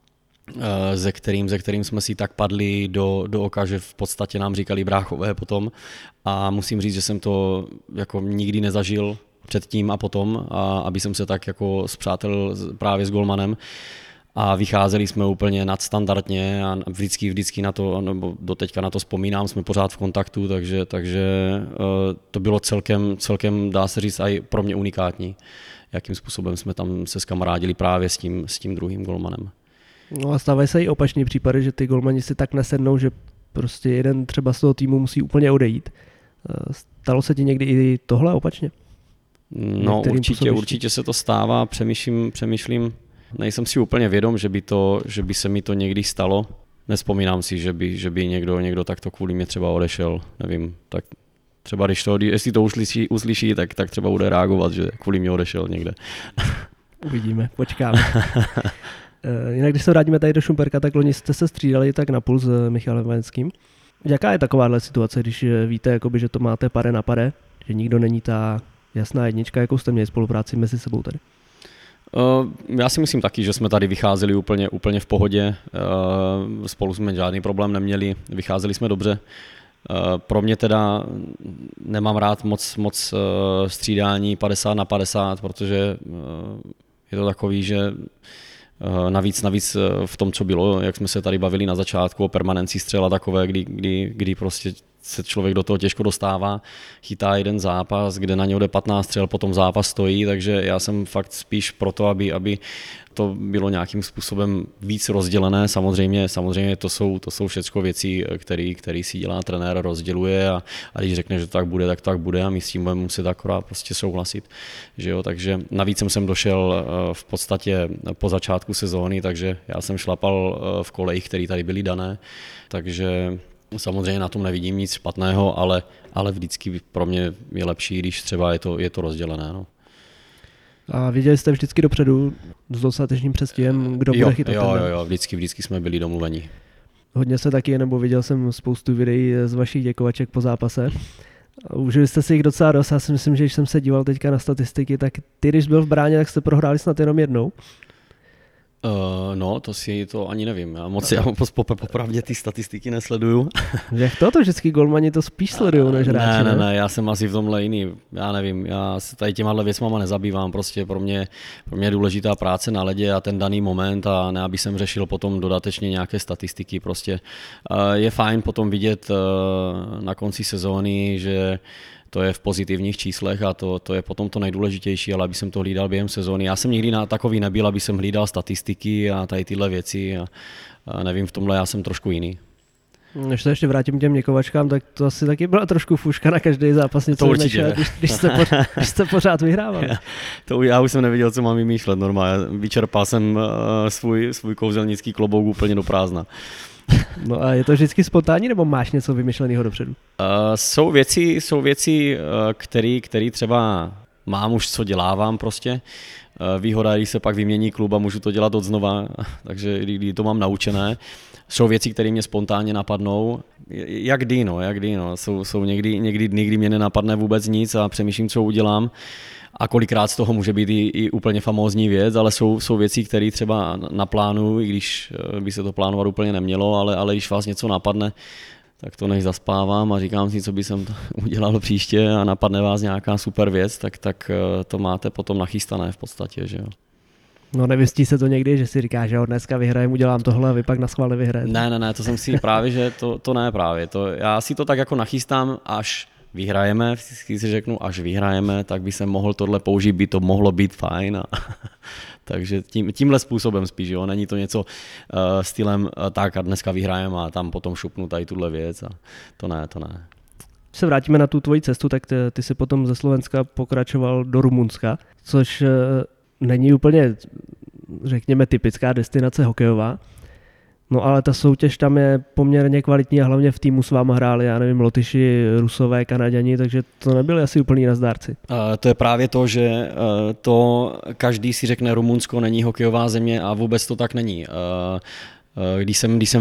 ze kterým jsme si tak padli do oka, že v podstatě nám říkali bráchové potom. A musím říct, že jsem to jako nikdy nezažil předtím a potom, aby jsem se tak jako spřátelil právě s golmanem. A vycházeli jsme úplně nadstandardně a vždycky na to, nebo doteďka na to vzpomínám, jsme pořád v kontaktu, takže to bylo celkem, dá se říct, i pro mě unikátní, jakým způsobem jsme tam se skamarádili právě s tím druhým golmanem. No a stávají se i opačný případy, že ty golmani si tak nesednou, že prostě jeden třeba z toho týmu musí úplně odejít. Stalo se ti někdy i tohle opačně? No určitě se to stává, přemýšlím, nejsem si úplně vědom, že by se mi to někdy stalo. Nevzpomínám si, že by někdo takto kvůli mě třeba odešel, nevím, tak třeba jestli to uslyší, tak třeba bude reagovat, že kvůli mě odešel někde. Uvidíme, počkáme. Jinak když se vrátíme tady do Šumperka, tak loni jste se střídali tak na půl s Michalem Vajenským. Jaká je takováhle situace, když víte, jakoby, že to máte pade na pade, že nikdo není ta jasná jednička, jakou jste měli spolupráci mezi sebou tady? Já si myslím taky, že jsme tady vycházeli úplně v pohodě, spolu jsme žádný problém neměli, vycházeli jsme dobře. Pro mě teda nemám rád moc střídání 50 na 50, protože je to takový, že navíc v tom, co bylo, jak jsme se tady bavili na začátku o permanenci střela takové, kdy prostě se člověk do toho těžko dostává, chytá jeden zápas, kde na něho jde 15 střel, potom zápas stojí, takže já jsem fakt spíš proto, aby to bylo nějakým způsobem víc rozdělené. Samozřejmě to jsou všechno věci, které si dělá trenér, rozděluje a když řekne, že to tak bude a my s tím budeme muset akorát prostě souhlasit. Že jo? Takže navíc jsem došel v podstatě po začátku sezóny, takže já jsem šlapal v kolejích, které tady byly dané, takže samozřejmě na tom nevidím nic špatného, ale vždycky pro mě je lepší, když třeba je to rozdělené. No. A viděli jste vždycky dopředu s dostatečným předstihem, kdo bude chytat? Jo, vždycky jsme byli domluveni. Hodně se taky, nebo viděl jsem spoustu videí z vašich děkovaček po zápase. Užili jste si jich docela dost, já si myslím, že když jsem se díval teďka na statistiky, tak ty, když byl v bráně, tak jste prohráli snad jenom jednou. No, to ani nevím. Já popravdě ty statistiky nesleduju. Jak to vždycky golmani to spíš sledují než hráči? Ne, já jsem asi v tomhle jiný. Já nevím, já se tady těmahle věcmama nezabývám. Prostě pro mě je důležitá práce na ledě a ten daný moment a ne, aby jsem řešil potom dodatečně nějaké statistiky. Prostě je fajn potom vidět na konci sezóny, že to je v pozitivních číslech a to je potom to nejdůležitější, ale aby jsem to hlídal během sezóny. Já jsem nikdy takový nebyl, aby jsem hlídal statistiky a tady tyhle věci a nevím, v tomhle já jsem trošku jiný. Než se ještě vrátím k těm děkovačkám, tak to asi taky byla trošku fuška na každý zápas. To určitě. Když jste pořád vyhrávali. Já už jsem nevěděl, co mám vymýšlet normálně. Vyčerpal jsem svůj kouzelnický klobouk úplně do prázdna. No a je to vždycky spontánní, nebo máš něco vymyšleného dopředu? Jsou věci, které třeba mám už, co dělávám prostě. Výhoda, když se pak vymění klub a můžu to dělat od znova, takže kdy to mám naučené. Jsou věci, které mě spontánně napadnou, jak kdy. Jsou někdy dny, kdy mě nenapadne vůbec nic a přemýšlím, co udělám. A kolikrát z toho může být i úplně famózní věc, ale jsou věci, které třeba naplánuju, i když by se to plánovat úplně nemělo, ale když vás něco napadne, tak to než zaspávám a říkám si, co by jsem udělal příště a napadne vás nějaká super věc, tak to máte potom nachystané v podstatě, že jo. No nevystí se to někdy, že si říkáš, že dneska vyhrajem, udělám tohle a vy pak naschvál nevyhrajete. Ne, to jsem si právě, že to ne právě. Já si to tak jako nachystám, až vyhrajeme, vždycky si řeknu, až vyhrajeme, tak by se mohl tohle použít, by to mohlo být fajn. Takže tímhle způsobem spíš, jo, není to něco stylem tak a dneska vyhrajeme a tam potom šupnu tady tuhle věc a to ne. Když se vrátíme na tu tvoji cestu, tak ty si potom ze Slovenska pokračoval do Rumunska, což není úplně, řekněme, typická destinace hokejová. No ale ta soutěž tam je poměrně kvalitní a hlavně v týmu s váma hráli, já nevím, Lotyši, Rusové, Kanaďani, takže to nebyli asi úplný nazdárci. To je právě to, že to každý si řekne, Rumunsko není hokejová země a vůbec to tak není. Když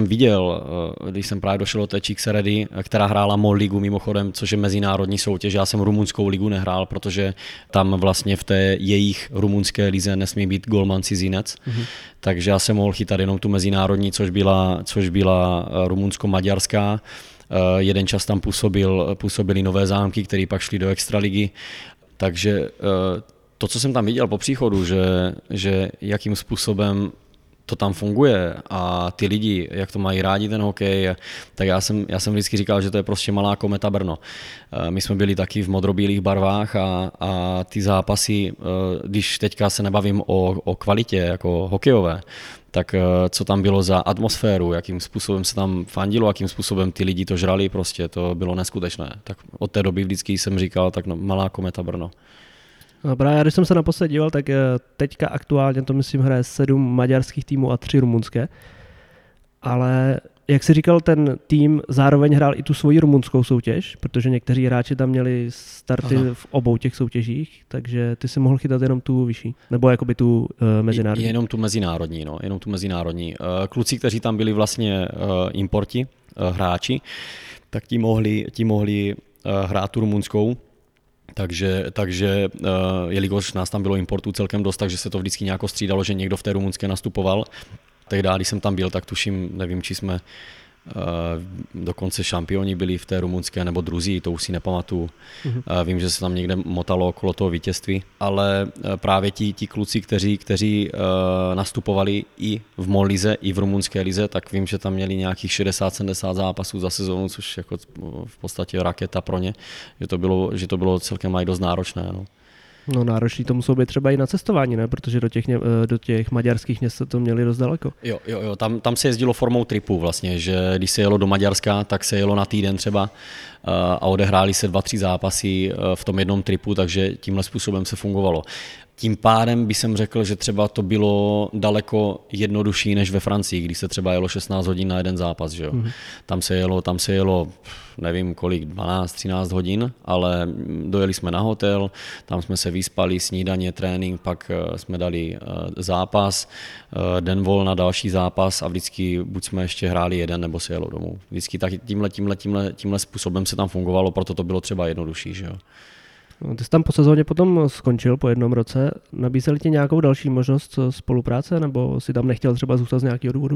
jsem právě došel do té Csíkszeredy, která hrála MOL ligu mimochodem, což je mezinárodní soutěž, já jsem rumunskou ligu nehrál, protože tam vlastně v té jejich rumunské lize nesmí být golman cizinec, takže já jsem mohl chytat jenom tu mezinárodní, což byla rumunsko-maďarská. Jeden čas tam působili Nové Zámky, který pak šli do extraligy, takže to, co jsem tam viděl po příchodu, že jakým způsobem to tam funguje a ty lidi, jak to mají rádi ten hokej, tak já jsem vždycky říkal, že to je prostě malá Kometa Brno. My jsme byli taky v modrobílých barvách a ty zápasy, když teďka se nebavím o kvalitě jako hokejové, tak co tam bylo za atmosféru, jakým způsobem se tam fandilo, jakým způsobem ty lidi to žrali, prostě to bylo neskutečné. Tak od té doby vždycky jsem říkal, tak malá Kometa Brno. No právě, já když jsem se naposled díval, tak teďka aktuálně to myslím hraje 7 maďarských týmů a 3 rumunské. Ale jak jsi říkal, ten tým zároveň hrál i tu svoji rumunskou soutěž, protože někteří hráči tam měli starty v obou těch soutěžích, takže ty si mohl chytat jenom tu vyšší, nebo jakoby tu mezinárodní. Jenom tu mezinárodní, no, jenom tu mezinárodní. Kluci, kteří tam byli vlastně importi, hráči, tak ti mohli hrát tu rumunskou. Takže jelikož nás tam bylo importů celkem dost, takže se to vždycky nějak střídalo, že někdo v té rumunské nastupoval. Tehdy, když jsem tam byl, tak tuším, nevím, či jsme dokonce šampioni byli v té rumunské nebo druzí, to už si nepamatuju. Vím, že se tam někde motalo okolo toho vítězství, ale právě ti kluci, kteří nastupovali i v MOL lize, i v rumunské lize, tak vím, že tam měli nějakých 60-70 zápasů za sezónu, což jako v podstatě raketa pro ně, že to bylo celkem aj dost náročné. No. No náročný to muselo být třeba i na cestování, ne? Protože do těch maďarských měst se to měli dost daleko. Jo, tam se jezdilo formou tripu vlastně, že když se jelo do Maďarska, tak se jelo na týden třeba a odehráli se 2-3 zápasy v tom jednom tripu, takže tímhle způsobem se fungovalo. Tím pádem bych řekl, že třeba to bylo daleko jednodušší než ve Francii, když se třeba jelo 16 hodin na jeden zápas. Že jo? Tam se jelo nevím kolik, 12-13 hodin, ale dojeli jsme na hotel, tam jsme se vyspali, snídaně, trénink, pak jsme dali zápas, den vol na další zápas a vždycky buď jsme ještě hráli jeden, nebo se jelo domů. Vždycky tak tímhle způsobem se tam fungovalo, proto to bylo třeba jednodušší. Že jo? Ty jsi tam po sezóně potom skončil po jednom roce. Nabízeli ti nějakou další možnost spolupráce, nebo si tam nechtěl třeba zůstat z nějakého důvodu?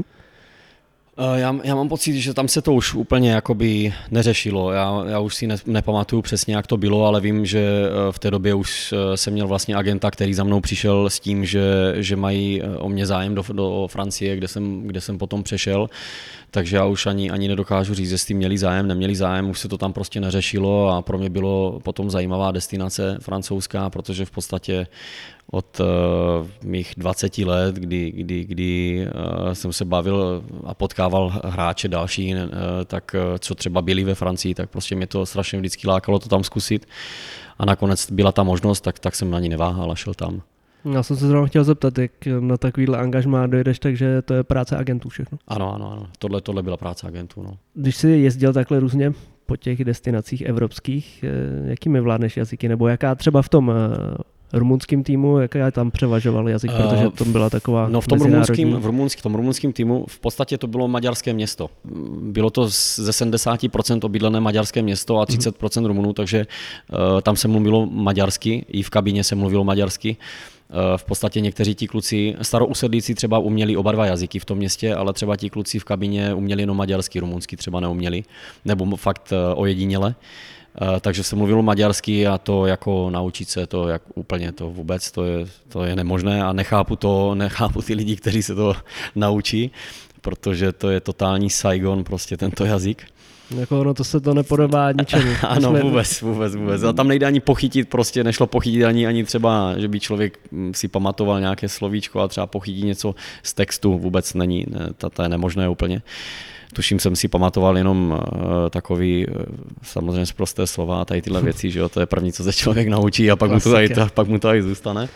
Já mám pocit, že tam se to už úplně jakoby neřešilo. Já už si nepamatuju přesně, jak to bylo, ale vím, že v té době už jsem měl vlastně agenta, který za mnou přišel s tím, že mají o mě zájem do Francie, kde jsem potom přešel. Takže já už ani nedokážu říct, jestli měli zájem, neměli zájem, už se to tam prostě neřešilo a pro mě bylo potom zajímavá destinace francouzská, protože v podstatě od mých 20 let, kdy jsem se bavil a potkával hráče další, tak co třeba byli ve Francii, tak prostě mě to strašně vždycky lákalo to tam zkusit a nakonec byla ta možnost, tak jsem ani neváhal a šel tam. Já jsem se zrovna chtěl zeptat, jak na takovýhle angažmá dojedeš, takže to je práce agentů všechno. Ano. Tohle byla práce agentů. No. Když jsi jezdil takhle různě po těch destinacích evropských, jakými vládneš jazyky, nebo jaká třeba v tom rumunským týmu, jaká tam převažoval jazyk, protože to byla taková no v tom rumunském týmu v podstatě to bylo maďarské město. Bylo to ze 70% obydlené maďarské město a 30% Rumunů, takže tam se mluvilo maďarsky, i v kabině se mluvilo maďarsky. V podstatě někteří ti kluci, starousedlíci třeba uměli oba dva jazyky v tom městě, ale třeba ti kluci v kabině uměli jenom maďarsky, rumunsky třeba neuměli, nebo fakt ojediněle. Takže se mluvilo maďarsky a to jako naučit se to jak úplně to vůbec, to je nemožné a nechápu ty lidi, kteří se to naučí, protože to je totální Saigon, prostě tento jazyk. Jako ono to se to nepodobá ničemu. Ano, vůbec. A tam nejde ani pochytit, prostě nešlo pochytit ani třeba, že by člověk si pamatoval nějaké slovíčko a třeba pochytit něco z textu, vůbec není, to je nemožné úplně. Tuším, jsem si pamatoval jenom takový samozřejmě sprosté slova a tady tyhle věci, že jo, to je první, co se člověk naučí a pak mu to tady zůstane.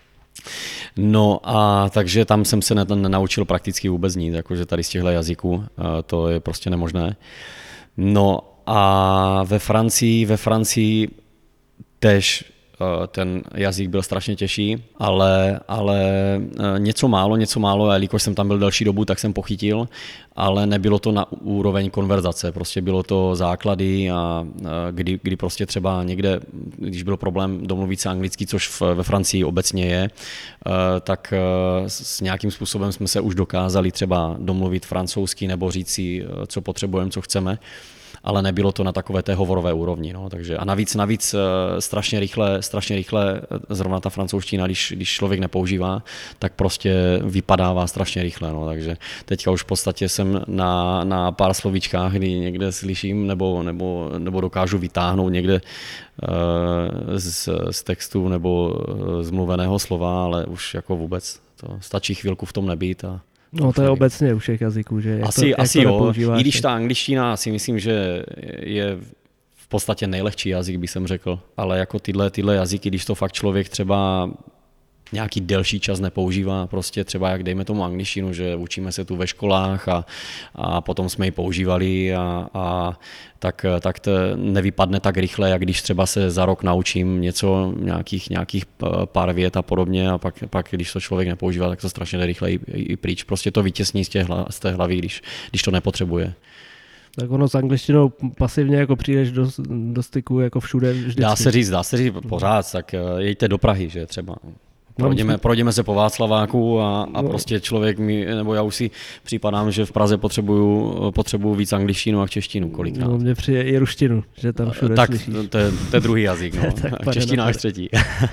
No a takže tam jsem se nenaučil prakticky vůbec nic, jakože tady z těchto jazyků, to je prostě nemožné. No a ve Francii tež ten jazyk byl strašně těžší, ale něco málo, a jelikož jsem tam byl delší dobu, tak jsem pochytil, ale nebylo to na úroveň konverzace, prostě bylo to základy a kdy prostě třeba někde, když byl problém domluvit se anglicky, což ve Francii obecně je, tak s nějakým způsobem jsme se už dokázali třeba domluvit francouzsky nebo říct si, co potřebujeme, co chceme. Ale nebylo to na takové té hovorové úrovni. No, takže, a navíc strašně rychle, zrovna ta francouzština, když člověk nepoužívá, tak prostě vypadává strašně rychle. No, takže teďka už v podstatě jsem na pár slovíčkách, kdy někde slyším nebo dokážu vytáhnout někde z textu nebo z mluveného slova, ale už jako vůbec to stačí chvilku v tom nebýt a no to je obecně u všech jazyků, že asi jo, i když ta angličtina si myslím, že je v podstatě nejlehčí jazyk, bych jsem řekl, ale jako tyhle jazyky, když to fakt člověk třeba nějaký delší čas nepoužívá, prostě třeba jak dejme tomu angličtinu, že učíme se tu ve školách a potom jsme ji používali a tak to nevypadne tak rychle, jak když třeba se za rok naučím něco, nějakých pár vět a podobně a pak když to člověk nepoužívá, tak to strašně jde rychle i pryč. Prostě to vytěsní z té hlavy, když to nepotřebuje. Tak ono s angličtinou pasivně jako přijdeš do styku jako všude vždycky. Dá se říct pořád, tak jeďte do Prahy, že třeba. Projdeme se po Václaváku a prostě člověk nebo já už si připadám, že v Praze potřebuju víc angličtinu a češtinu kolikrát. No, mně přijde i ruštinu, že tam všude tak, slyšíš. to je druhý jazyk, no. A čeština až třetí.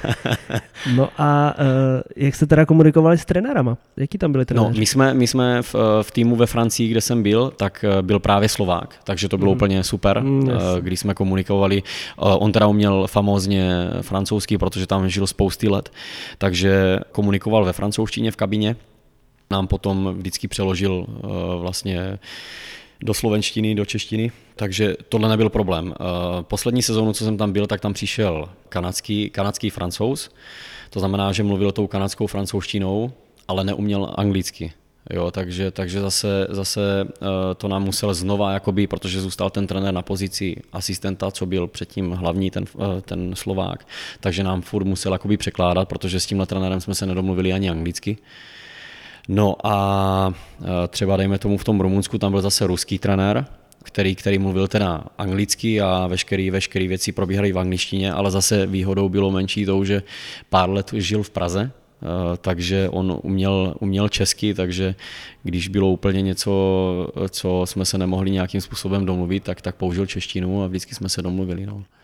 No a jak jste teda komunikovali s trenérama? Jaký tam byli trenéři? No, my jsme v týmu ve Francii, kde jsem byl, tak byl právě Slovák, takže to bylo úplně super, když jsme komunikovali. On teda uměl famózně francouzský, protože tam žil spousty let, takže komunikoval ve francouzštině v kabině. Nám potom vždycky přeložil vlastně do slovenštiny, do češtiny, takže tohle nebyl problém. Poslední sezónu, co jsem tam byl, tak tam přišel kanadský Francouz, to znamená, že mluvil tou kanadskou francouzštinou, ale neuměl anglicky. Jo, takže zase to nám musel znova, jakoby, protože zůstal ten trenér na pozici asistenta, co byl předtím hlavní ten Slovák, takže nám furt musel jakoby překládat, protože s tímhle trenérem jsme se nedomluvili ani anglicky. No a třeba dejme tomu v tom Rumunsku, tam byl zase ruský trenér, který mluvil teda anglicky a veškeré věci probíhaly v angličtině, ale zase výhodou bylo menší to, že pár let žil v Praze, takže on uměl česky, takže když bylo úplně něco, co jsme se nemohli nějakým způsobem domluvit, tak použil češtinu a vždycky jsme se domluvili.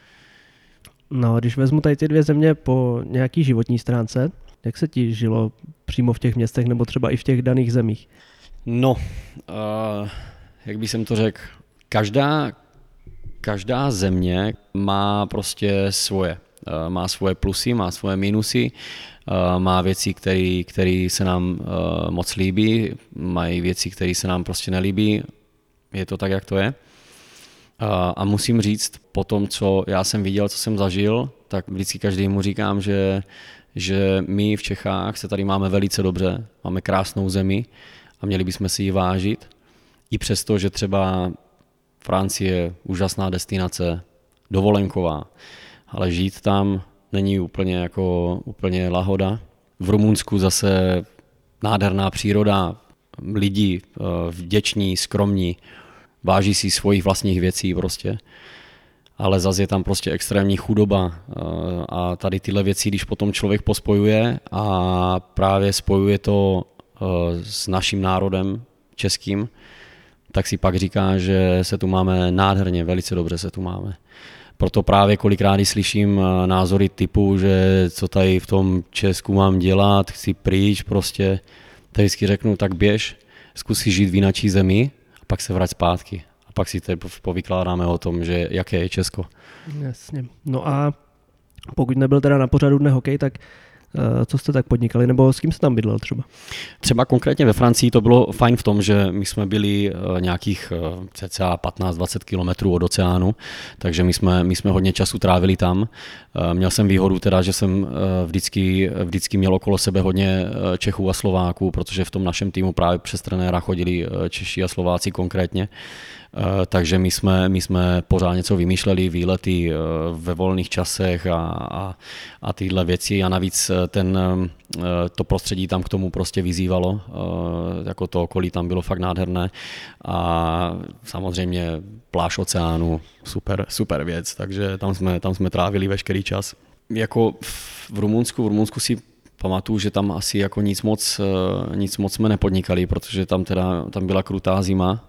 No, když vezmu tady ty dvě země po nějaký životní stránce, jak se ti žilo přímo v těch městech nebo třeba i v těch daných zemích? No, jak bych jsem to řekl, každá země má prostě svoje. Má svoje plusy, má svoje minusy, má věci, které se nám moc líbí, mají věci, které se nám prostě nelíbí, je to tak, jak to je. A musím říct, po tom, co já jsem viděl, co jsem zažil, tak vždycky každému říkám, že my v Čechách se tady máme velice dobře, máme krásnou zemi a měli bychom si ji vážit. I přesto, že třeba Francie je úžasná destinace, dovolenková, ale žít tam není úplně lahoda. V Rumunsku zase nádherná příroda, lidi vděční, skromní, váží si svojich vlastních věcí prostě. Ale zase je tam prostě extrémní chudoba a tady tyhle věci, když potom člověk pospojuje a právě spojuje to s naším národem českým, tak si pak říká, že se tu máme nádherně, velice dobře se tu máme. Proto právě kolikrát slyším názory typu, že co tady v tom Česku mám dělat, chci pryč prostě, tak vždycky řeknu, tak běž, zkus si žít v jináčí zemi a pak se vrať zpátky. A pak si tady povykládáme o tom, že jaké je Česko. Jasně. No a pokud nebyl teda na pořadu dne hokej, tak co jste tak podnikali, nebo s kým jste tam bydlel třeba? Třeba konkrétně ve Francii to bylo fajn v tom, že my jsme byli nějakých cca 15-20 kilometrů od oceánu, takže my jsme hodně času trávili tam. Měl jsem výhodu teda, že jsem vždycky měl okolo sebe hodně Čechů a Slováků, protože v tom našem týmu právě přes trenéra chodili Češi a Slováci konkrétně. Takže my jsme pořád něco vymýšleli, výlety ve volných časech a tyhle věci a navíc to prostředí tam k tomu prostě vyzývalo, jako to okolí tam bylo fakt nádherné a samozřejmě pláž oceánu, super věc, takže tam jsme trávili veškerý čas. Jako v Rumunsku si pamatuju, že tam asi jako nic moc jsme nepodnikali, protože tam byla krutá zima.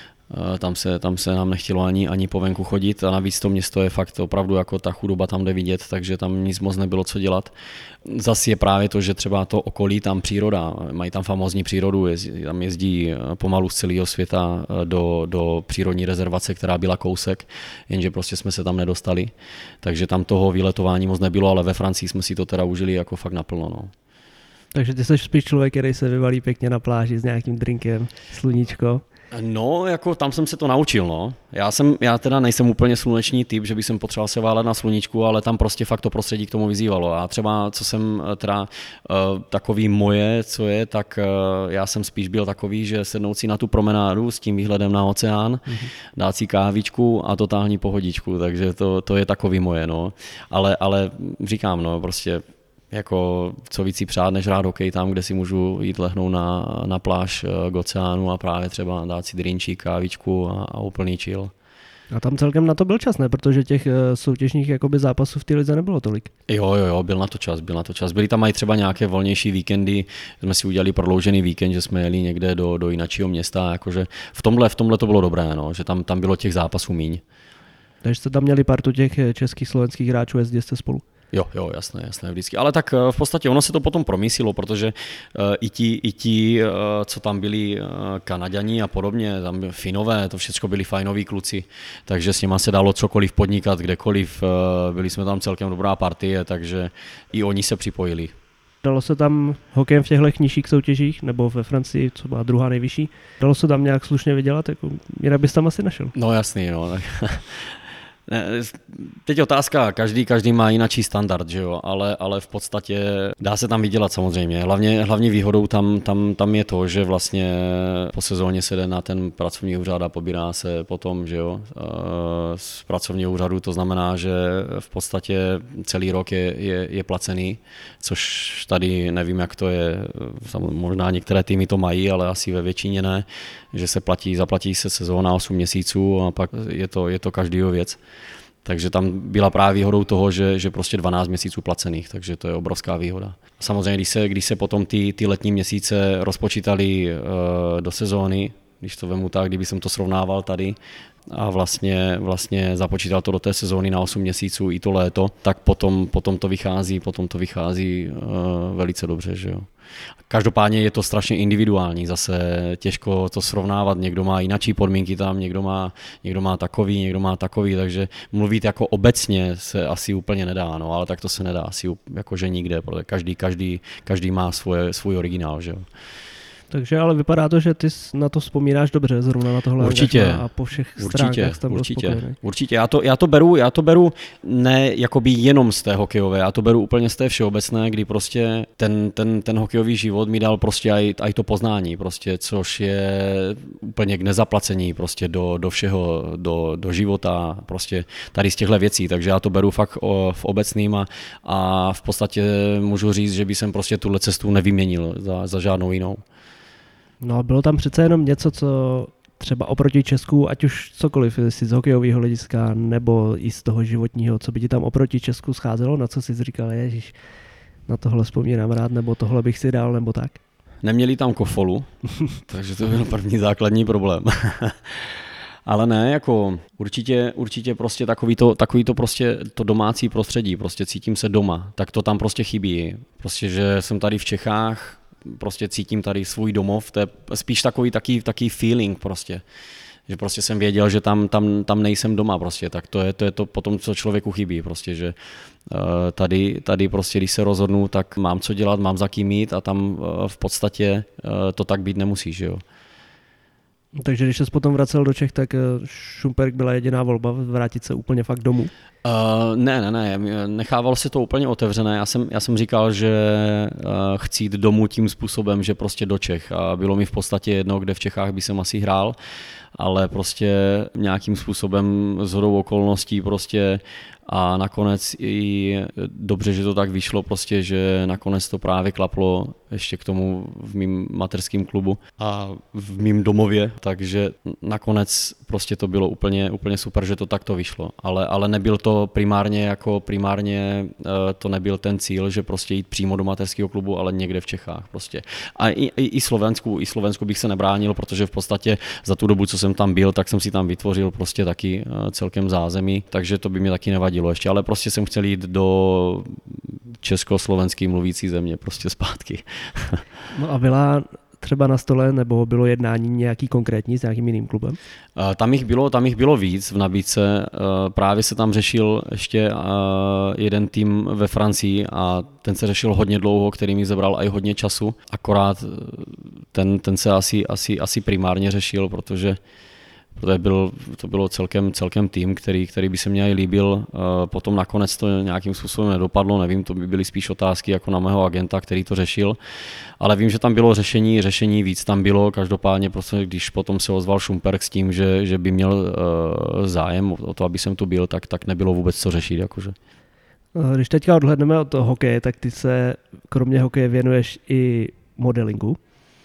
Tam se nám nechtělo ani po venku chodit a navíc to město je fakt opravdu jako ta chudoba tam jde vidět, takže tam nic moc nebylo co dělat. Zas je právě to, že třeba to okolí, tam příroda, mají tam famózní přírodu, tam jezdí pomalu z celého světa do přírodní rezervace, která byla kousek, jenže prostě jsme se tam nedostali, takže tam toho výletování moc nebylo, ale ve Francii jsme si to teda užili jako fakt naplno. No. Takže ty jsi spíš člověk, který se vyvalí pěkně na pláži s nějakým drinkem, sluníčko. No, jako tam jsem se to naučil, no. Já teda nejsem úplně sluneční typ, že bych potřeboval se válet na sluníčku, ale tam prostě fakt to prostředí k tomu vyzývalo. A třeba, co jsem teda takový moje, co je, tak já jsem spíš byl takový, že sednout si na tu promenádu s tím výhledem na oceán, dát si kávičku a totální pohodičku, takže to je takový moje, no. Ale říkám, no, prostě jako co víc si přát, než hrát hokej tam, kde si můžu jít lehnout na pláž k oceánu a právě třeba dát si drinčík, kávičku a úplný chill. A tam celkem na to byl čas, ne? Protože těch soutěžních jakoby zápasů v té lize nebylo tolik. Jo, byl na to čas. Byly tam i třeba nějaké volnější víkendy, jsme si udělali prodloužený víkend, že jsme jeli někde do jiného města, jakože v tomhle to bylo dobré, no, že tam bylo těch zápasů míň. Takže jste tam měli partu těch českých, slovenských hráčů, jezdili jste spolu? Jo, jasné, vždycky. Ale tak v podstatě ono se to potom promísilo, protože i ti, co tam byli Kanaďani a podobně, tam Finové, to všechno byli fajnoví kluci, takže s nima se dalo cokoliv podnikat, kdekoliv, byli jsme tam celkem dobrá partie, takže i oni se připojili. Dalo se tam hokejem v těchto nižších soutěžích, nebo ve Francii, co byla druhá nejvyšší, dalo se tam nějak slušně vydělat, jako jinak bys tam asi našel. No jasný, no. Teď otázka, každý má jináčí standard, že jo? Ale v podstatě dá se tam vydělat samozřejmě. Hlavně výhodou tam je to, že vlastně po sezóně se jde na ten pracovní úřad a pobírá se potom, že jo? Z pracovního úřadu, to znamená, že v podstatě celý rok je placený, což tady nevím, jak to je, možná některé týmy to mají, ale asi ve většině ne, že se zaplatí se sezóna 8 měsíců a pak je to každýho věc. Takže tam byla právě výhodou toho, že prostě 12 měsíců placených, takže to je obrovská výhoda. Samozřejmě, když se potom ty letní měsíce rozpočítali do sezóny, když to vemu tak, kdyby jsem to srovnával tady a vlastně započítal to do té sezóny na 8 měsíců i to léto, tak potom to vychází velice dobře, že jo. Každopádně je to strašně individuální, zase těžko to srovnávat, někdo má jináčí podmínky tam, někdo má takový, takže mluvit jako obecně se asi úplně nedá, no, ale tak to se nedá asi jakože nikde, protože každý má svůj originál, že jo. Takže ale vypadá to, že ty na to vzpomínáš dobře, zrovna na tohle a po všech stránkách tam byl spokojený. Určitě. Já to beru ne jakoby jenom z té hokejové, já to beru úplně z té všeobecné, kdy prostě ten hokejový život mi dal prostě aj to poznání, prostě, což je úplně k nezaplacení prostě do všeho, do života, prostě tady z těchto věcí, takže já to beru fakt v obecným a v podstatě můžu říct, že by jsem prostě tuhle cestu nevyměnil za žádnou jinou. No, bylo tam přece jenom něco, co třeba oproti Česku, ať už cokoliv, jestli z hokejového hlediska nebo i z toho životního, co by ti tam oproti Česku scházelo, na co jsi říkal, ježiš, na tohle vzpomínám rád, nebo tohle bych si dal, nebo tak? Neměli tam kofolu, takže to byl první základní problém. Ale ne, jako určitě prostě takový to prostě to domácí prostředí, prostě cítím se doma, tak to tam prostě chybí. Prostě, že jsem tady v Čechách, prostě cítím tady svůj domov, to je spíš takový feeling prostě, že prostě jsem věděl, že tam nejsem doma prostě, tak to je to potom, co člověku chybí prostě, že tady prostě, když se rozhodnu, tak mám co dělat, mám za kým jít a tam v podstatě to tak být nemusí, že jo. Takže když ses potom vracel do Čech, tak Šumperk byla jediná volba, vrátit se úplně fakt domů? Ne, nechávalo se to úplně otevřené. Já jsem říkal, že chci jít domů tím způsobem, že prostě do Čech. A bylo mi v podstatě jedno, kde v Čechách by jsem asi hrál, ale prostě nějakým způsobem shodou okolností prostě a nakonec i dobře, že to tak vyšlo prostě, že nakonec to právě klaplo ještě k tomu v mým mateřském klubu a v mým domově, takže nakonec prostě to bylo úplně super, že to takto vyšlo, ale nebyl to primárně to nebyl ten cíl, že prostě jít přímo do mateřského klubu, ale někde v Čechách prostě. A i Slovensku bych se nebránil, protože v podstatě za tu dobu, co jsem tam byl, tak jsem si tam vytvořil prostě taky celkem zázemí, takže to by mě taky nevadilo ještě, ale prostě jsem chtěl jít do československý mluvící země prostě zpátky. No a byla třeba na stole, nebo bylo jednání nějaký konkrétní s nějakým jiným klubem? Tam jich bylo víc v nabídce. Právě se tam řešil ještě jeden tým ve Francii a ten se řešil hodně dlouho, který mi zabral i hodně času. Akorát ten se asi primárně řešil, protože to bylo celkem tým, který by se mě i líbil. Potom nakonec to nějakým způsobem nedopadlo, nevím, to by byly spíš otázky jako na mého agenta, který to řešil. Ale vím, že tam bylo řešení víc tam bylo, každopádně prostě, když potom se ozval Šumperk s tím, že by měl zájem o to, aby jsem tu byl, tak nebylo vůbec co řešit. Jakože. Když teďka odhledneme od toho hokeje, tak ty se kromě hokeje věnuješ i modelingu.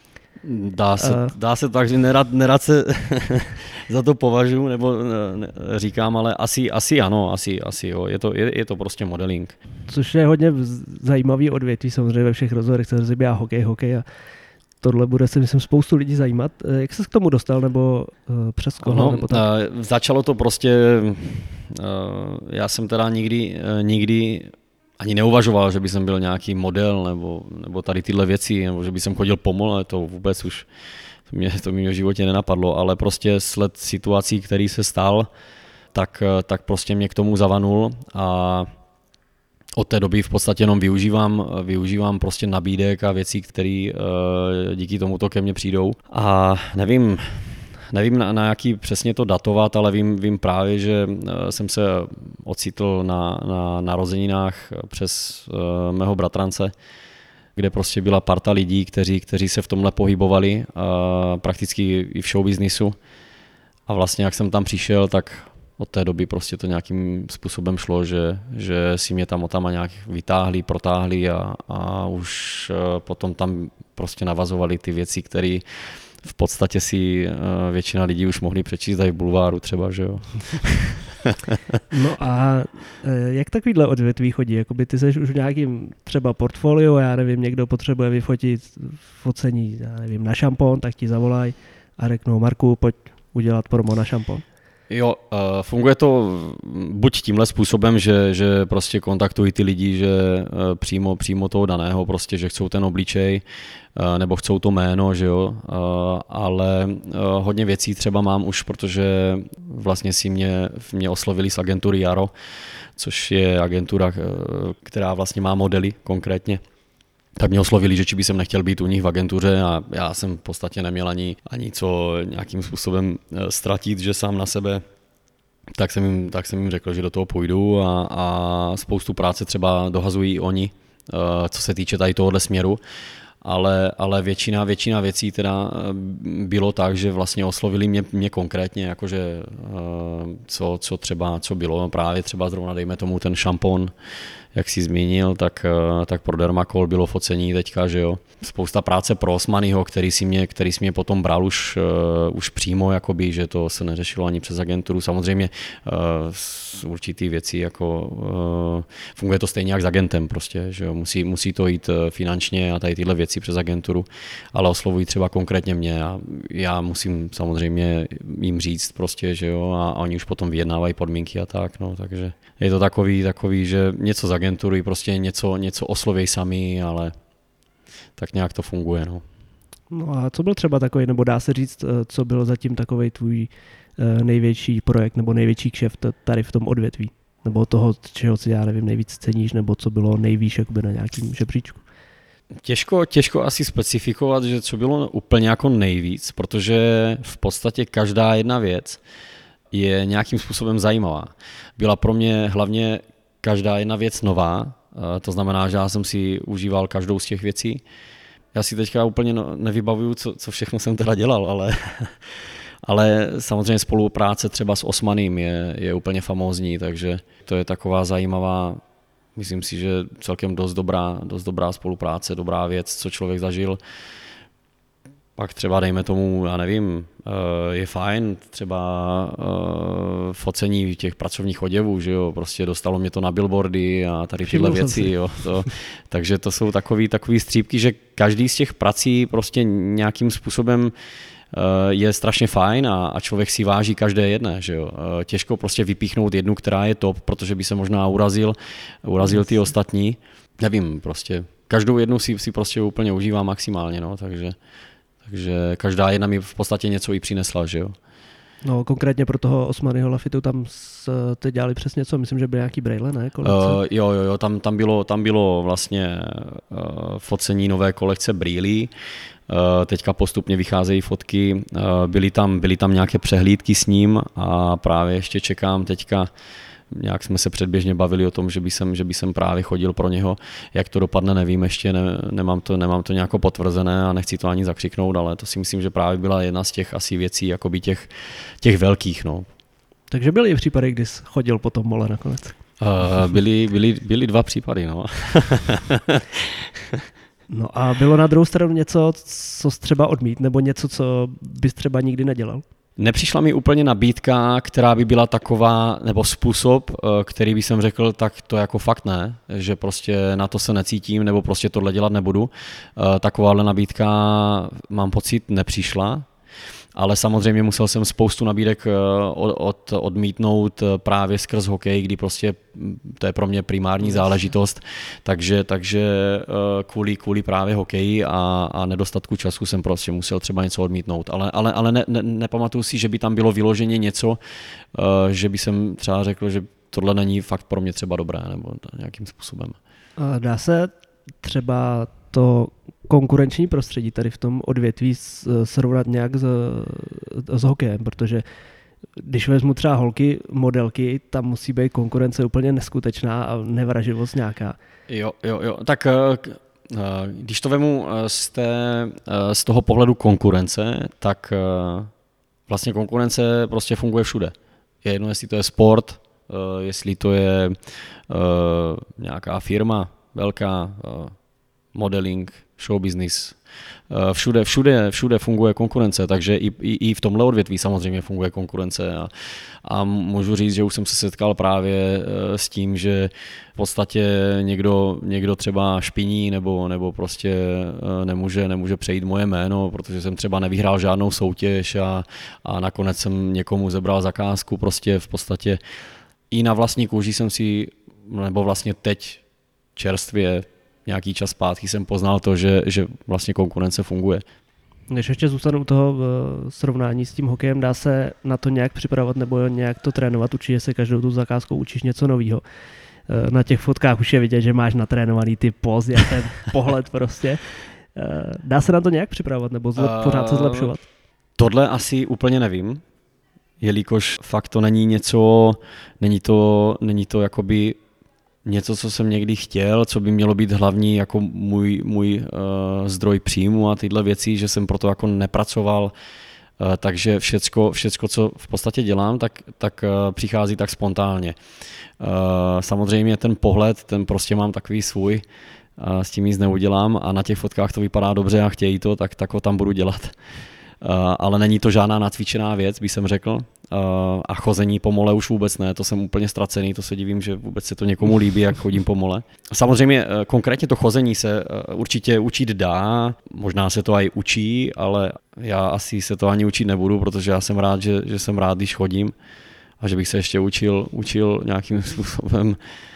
Dá se tak, že nerad se za to považuji, nebo říkám, ale asi ano, asi jo. Je to prostě modeling. Což je hodně zajímavý odvětví, samozřejmě ve všech rozhovorech se rozebíhá hokej a tohle bude se, myslím, spoustu lidí zajímat. Jak ses k tomu dostal, nebo přes koho? No, nebo tak? Začalo to prostě, já jsem teda nikdy ani neuvažoval, že by jsem byl nějaký model nebo tady tyhle věci, nebo že by jsem chodil po mole, to vůbec už to mě v životě nenapadlo, ale prostě sled situací, který se stal, tak prostě mě k tomu zavanul a od té doby v podstatě jenom využívám prostě nabídek a věcí, které díky tomuto ke mně přijdou. A nevím na jaký přesně to datovat, ale vím právě, že jsem se ocitl na narozeninách přes mého bratrance, kde prostě byla parta lidí, kteří se v tomhle pohybovali, prakticky i v showbiznisu. A vlastně jak jsem tam přišel, tak od té doby prostě to nějakým způsobem šlo, že si mě tam nějak vytáhli, protáhli a už potom tam prostě navazovali ty věci, které v podstatě si většina lidí už mohli přečíst i v bulváru třeba, že jo. No a jak takovýhle odvětví chodí? Jakoby ty seš už v nějakým třeba portfolio, já nevím, někdo potřebuje vyfotit focení, já nevím, na šampon, tak ti zavolají a řeknou: Marku, pojď udělat promo na šampon. Jo, funguje to buď tímhle způsobem, že prostě kontaktují ty lidi, že přímo toho daného, prostě, že chcou ten obličej, nebo chcou to jméno, že jo, ale hodně věcí třeba mám už, protože vlastně si mě oslovili z agentury Jaro, což je agentura, která vlastně má modely konkrétně. Tak mě oslovili, že či by jsem nechtěl být u nich v agentuře a já jsem v podstatě neměl ani co nějakým způsobem ztratit, že sám na sebe, tak jsem jim řekl, že do toho půjdu a spoustu práce třeba dohazují oni, co se týče tady tohohle směru. Ale většina věcí teda bylo tak, že vlastně oslovili mě konkrétně, jakože co bylo, právě třeba zrovna dejme tomu ten šampon, jak jsi zmínil, tak pro Dermacol bylo focení teďka, že jo. Spousta práce pro Osmanyho, který si mě potom bral už přímo, jakoby, že to se neřešilo ani přes agenturu. Samozřejmě určitý věci, jako funguje to stejně jak s agentem prostě, že jo. Musí to jít finančně a tady tyhle věci přes agenturu, ale oslovují třeba konkrétně mě a já musím samozřejmě jim říct prostě, že jo, a oni už potom vyjednávají podmínky a tak, no, takže je to takový, že něco z agentury, prostě něco oslověj sami, ale tak nějak to funguje, no. No a co byl třeba takový, nebo dá se říct, co byl zatím takovej tvůj největší projekt nebo největší kšeft tady v tom odvětví? Nebo toho, čeho si, já nevím, nejvíc ceníš, nebo co bylo nejvýš jakoby na nějakým žebříčku? Těžko asi specifikovat, že co bylo úplně jako nejvíc, protože v podstatě každá jedna věc je nějakým způsobem zajímavá. Byla pro mě hlavně každá jedna věc nová, to znamená, že já jsem si užíval každou z těch věcí. Já si teďka úplně nevybavuju, co všechno jsem teda dělal, ale samozřejmě spolupráce třeba s Osmaným je úplně famózní, takže to je taková zajímavá, myslím si, že celkem dost dobrá spolupráce, dobrá věc, co člověk zažil. Pak třeba dejme tomu, já nevím, je fajn třeba focení těch pracovních oděvů, že jo, prostě dostalo mě to na billboardy a tady tyhle věci, jo, takže to jsou takový střípky, že každý z těch prací prostě nějakým způsobem je strašně fajn a člověk si váží každé jedné, že jo. Těžko prostě vypíchnout jednu, která je top, protože by se možná urazil ty ostatní. Nevím, prostě každou jednu si prostě úplně užívám maximálně, no, takže Takže každá jedna mi v podstatě něco i přinesla, že jo. No konkrétně pro toho Osmanyho Lafitu tam jste dělali přesně co? Myslím, že byly nějaký brejle, ne? Jo, tam bylo vlastně focení nové kolekce brýlí. Teďka postupně vycházejí fotky, byly tam nějaké přehlídky s ním a právě ještě čekám teďka, nějak jsme se předběžně bavili o tom, že by jsem právě chodil pro něho. Jak to dopadne, nevím, ještě nemám to nějak potvrzené a nechci to ani zakřiknout, ale to si myslím, že právě byla jedna z těch asi věcí, jakoby těch velkých. No. Takže byly i případy, kdy jsi chodil po tom mole nakonec? Byly 2 případy, no. No a bylo na druhou stranu něco, co jsi třeba odmít, nebo něco, co bys třeba nikdy nedělal? Nepřišla mi úplně nabídka, která by byla taková, nebo způsob, který by jsem řekl, tak to jako fakt ne, že prostě na to se necítím, nebo prostě tohle dělat nebudu. Takováhle nabídka, mám pocit, nepřišla. Ale samozřejmě musel jsem spoustu nabídek odmítnout právě skrz hokej, kdy prostě to je pro mě primární záležitost, takže kvůli právě hokeji a nedostatku času jsem prostě musel třeba něco odmítnout. Ale nepamatuju si, že by tam bylo vyloženě něco, že by jsem třeba řekl, že tohle není fakt pro mě třeba dobré nebo nějakým způsobem. Dá se třeba to konkurenční prostředí tady v tom odvětví srovnat nějak s hokejem, protože když vezmu třeba holky, modelky, tam musí být konkurence úplně neskutečná a nevraživost nějaká. Jo, tak když to vemu z toho pohledu konkurence, tak vlastně konkurence prostě funguje všude. Je jedno, jestli to je sport, jestli to je nějaká firma velká, modeling, show business. Všude funguje konkurence, takže i v tomhle odvětví samozřejmě funguje konkurence a můžu říct, že už jsem se setkal právě s tím, že v podstatě někdo třeba špiní nebo prostě nemůže přejít moje jméno, protože jsem třeba nevyhrál žádnou soutěž a nakonec jsem někomu zebral zakázku, prostě v podstatě i na vlastní kůži jsem si, nebo vlastně teď čerstvě nějaký čas zpátky jsem poznal to, že vlastně konkurence funguje. Když ještě zůstanu u toho srovnání s tím hokejem, dá se na to nějak připravovat nebo nějak to trénovat? Určitě se každou tu zakázkou učíš něco nového. Na těch fotkách už je vidět, že máš natrénovaný ty pózy a ten pohled prostě. Dá se na to nějak připravovat nebo pořád se zlepšovat? Tohle asi úplně nevím, jelikož fakt to není něco, není to jakoby něco, co jsem někdy chtěl, co by mělo být hlavní jako můj zdroj příjmu a tyhle věci, že jsem proto jako nepracoval, takže všecko, co v podstatě dělám, tak přichází tak spontánně. Samozřejmě ten pohled, ten prostě mám takový svůj, s tím nic neudělám a na těch fotkách to vypadá dobře a chtějí to, tak ho tam budu dělat. Ale není to žádná nacvičená věc, bych jsem řekl. A chození po mole už vůbec ne, to jsem úplně ztracený, to se divím, že vůbec se to někomu líbí, jak chodím po mole. Samozřejmě konkrétně to chození se určitě učit dá, možná se to i učí, ale já asi se to ani učit nebudu, protože já jsem rád, že jsem rád, když chodím a že bych se ještě učil nějakým způsobem,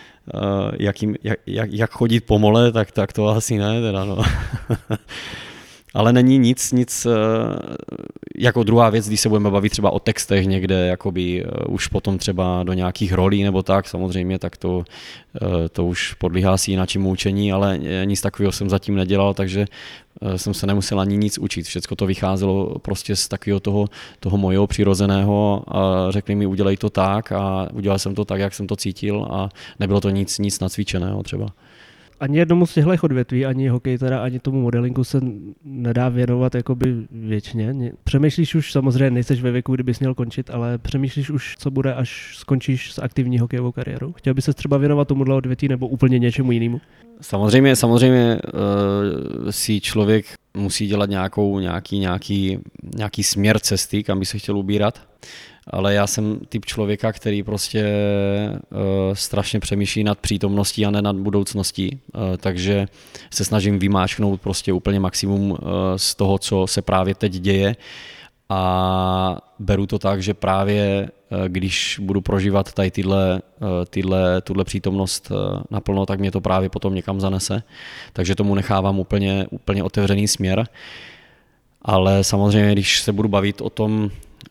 jak chodit po mole, tak to asi ne, teda no. Ale není nic, jako druhá věc, když se budeme bavit třeba o textech někde, jakoby už potom třeba do nějakých rolí nebo tak, samozřejmě, tak to už podlíhá asi jináčímu učení, ale nic takového jsem zatím nedělal, takže jsem se nemusel ani nic učit. Všechno to vycházelo prostě z takového toho mojeho přirozeného a řekli mi, udělej to tak a udělal jsem to tak, jak jsem to cítil a nebylo to nic nacvičeného třeba. Ani jednomu z těchto odvětví, ani hokej, teda ani tomu modelingu se nedá věnovat jakoby věčně. Přemýšlíš už, samozřejmě nejseš ve věku, kdybys měl končit, ale přemýšlíš už, co bude, až skončíš s aktivní hokejovou kariérou? Chtěl bys se třeba věnovat tomuhle odvětví nebo úplně něčemu jinému? Samozřejmě si člověk musí dělat nějaký směr cesty, kam by se chtěl ubírat. Ale já jsem typ člověka, který prostě strašně přemýšlí nad přítomností a ne nad budoucností, takže se snažím vymáčknout prostě úplně maximum z toho, co se právě teď děje a beru to tak, že právě když budu prožívat tady tuhle přítomnost naplno, tak mě to právě potom někam zanese, takže tomu nechávám úplně otevřený směr. Ale samozřejmě, když se budu bavit o tom,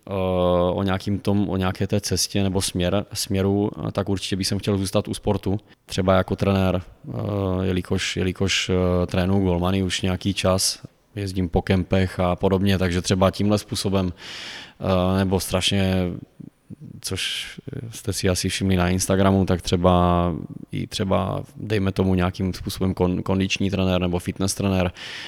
o nějaké té cestě nebo směru, tak určitě bych chtěl zůstat u sportu. Třeba jako trenér, jelikož trénuju golmany už nějaký čas, jezdím po kempech a podobně, takže třeba tímhle způsobem, nebo strašně, což jste si asi všimli na Instagramu, tak třeba dejme tomu nějakým způsobem kondiční trenér nebo fitness trenér,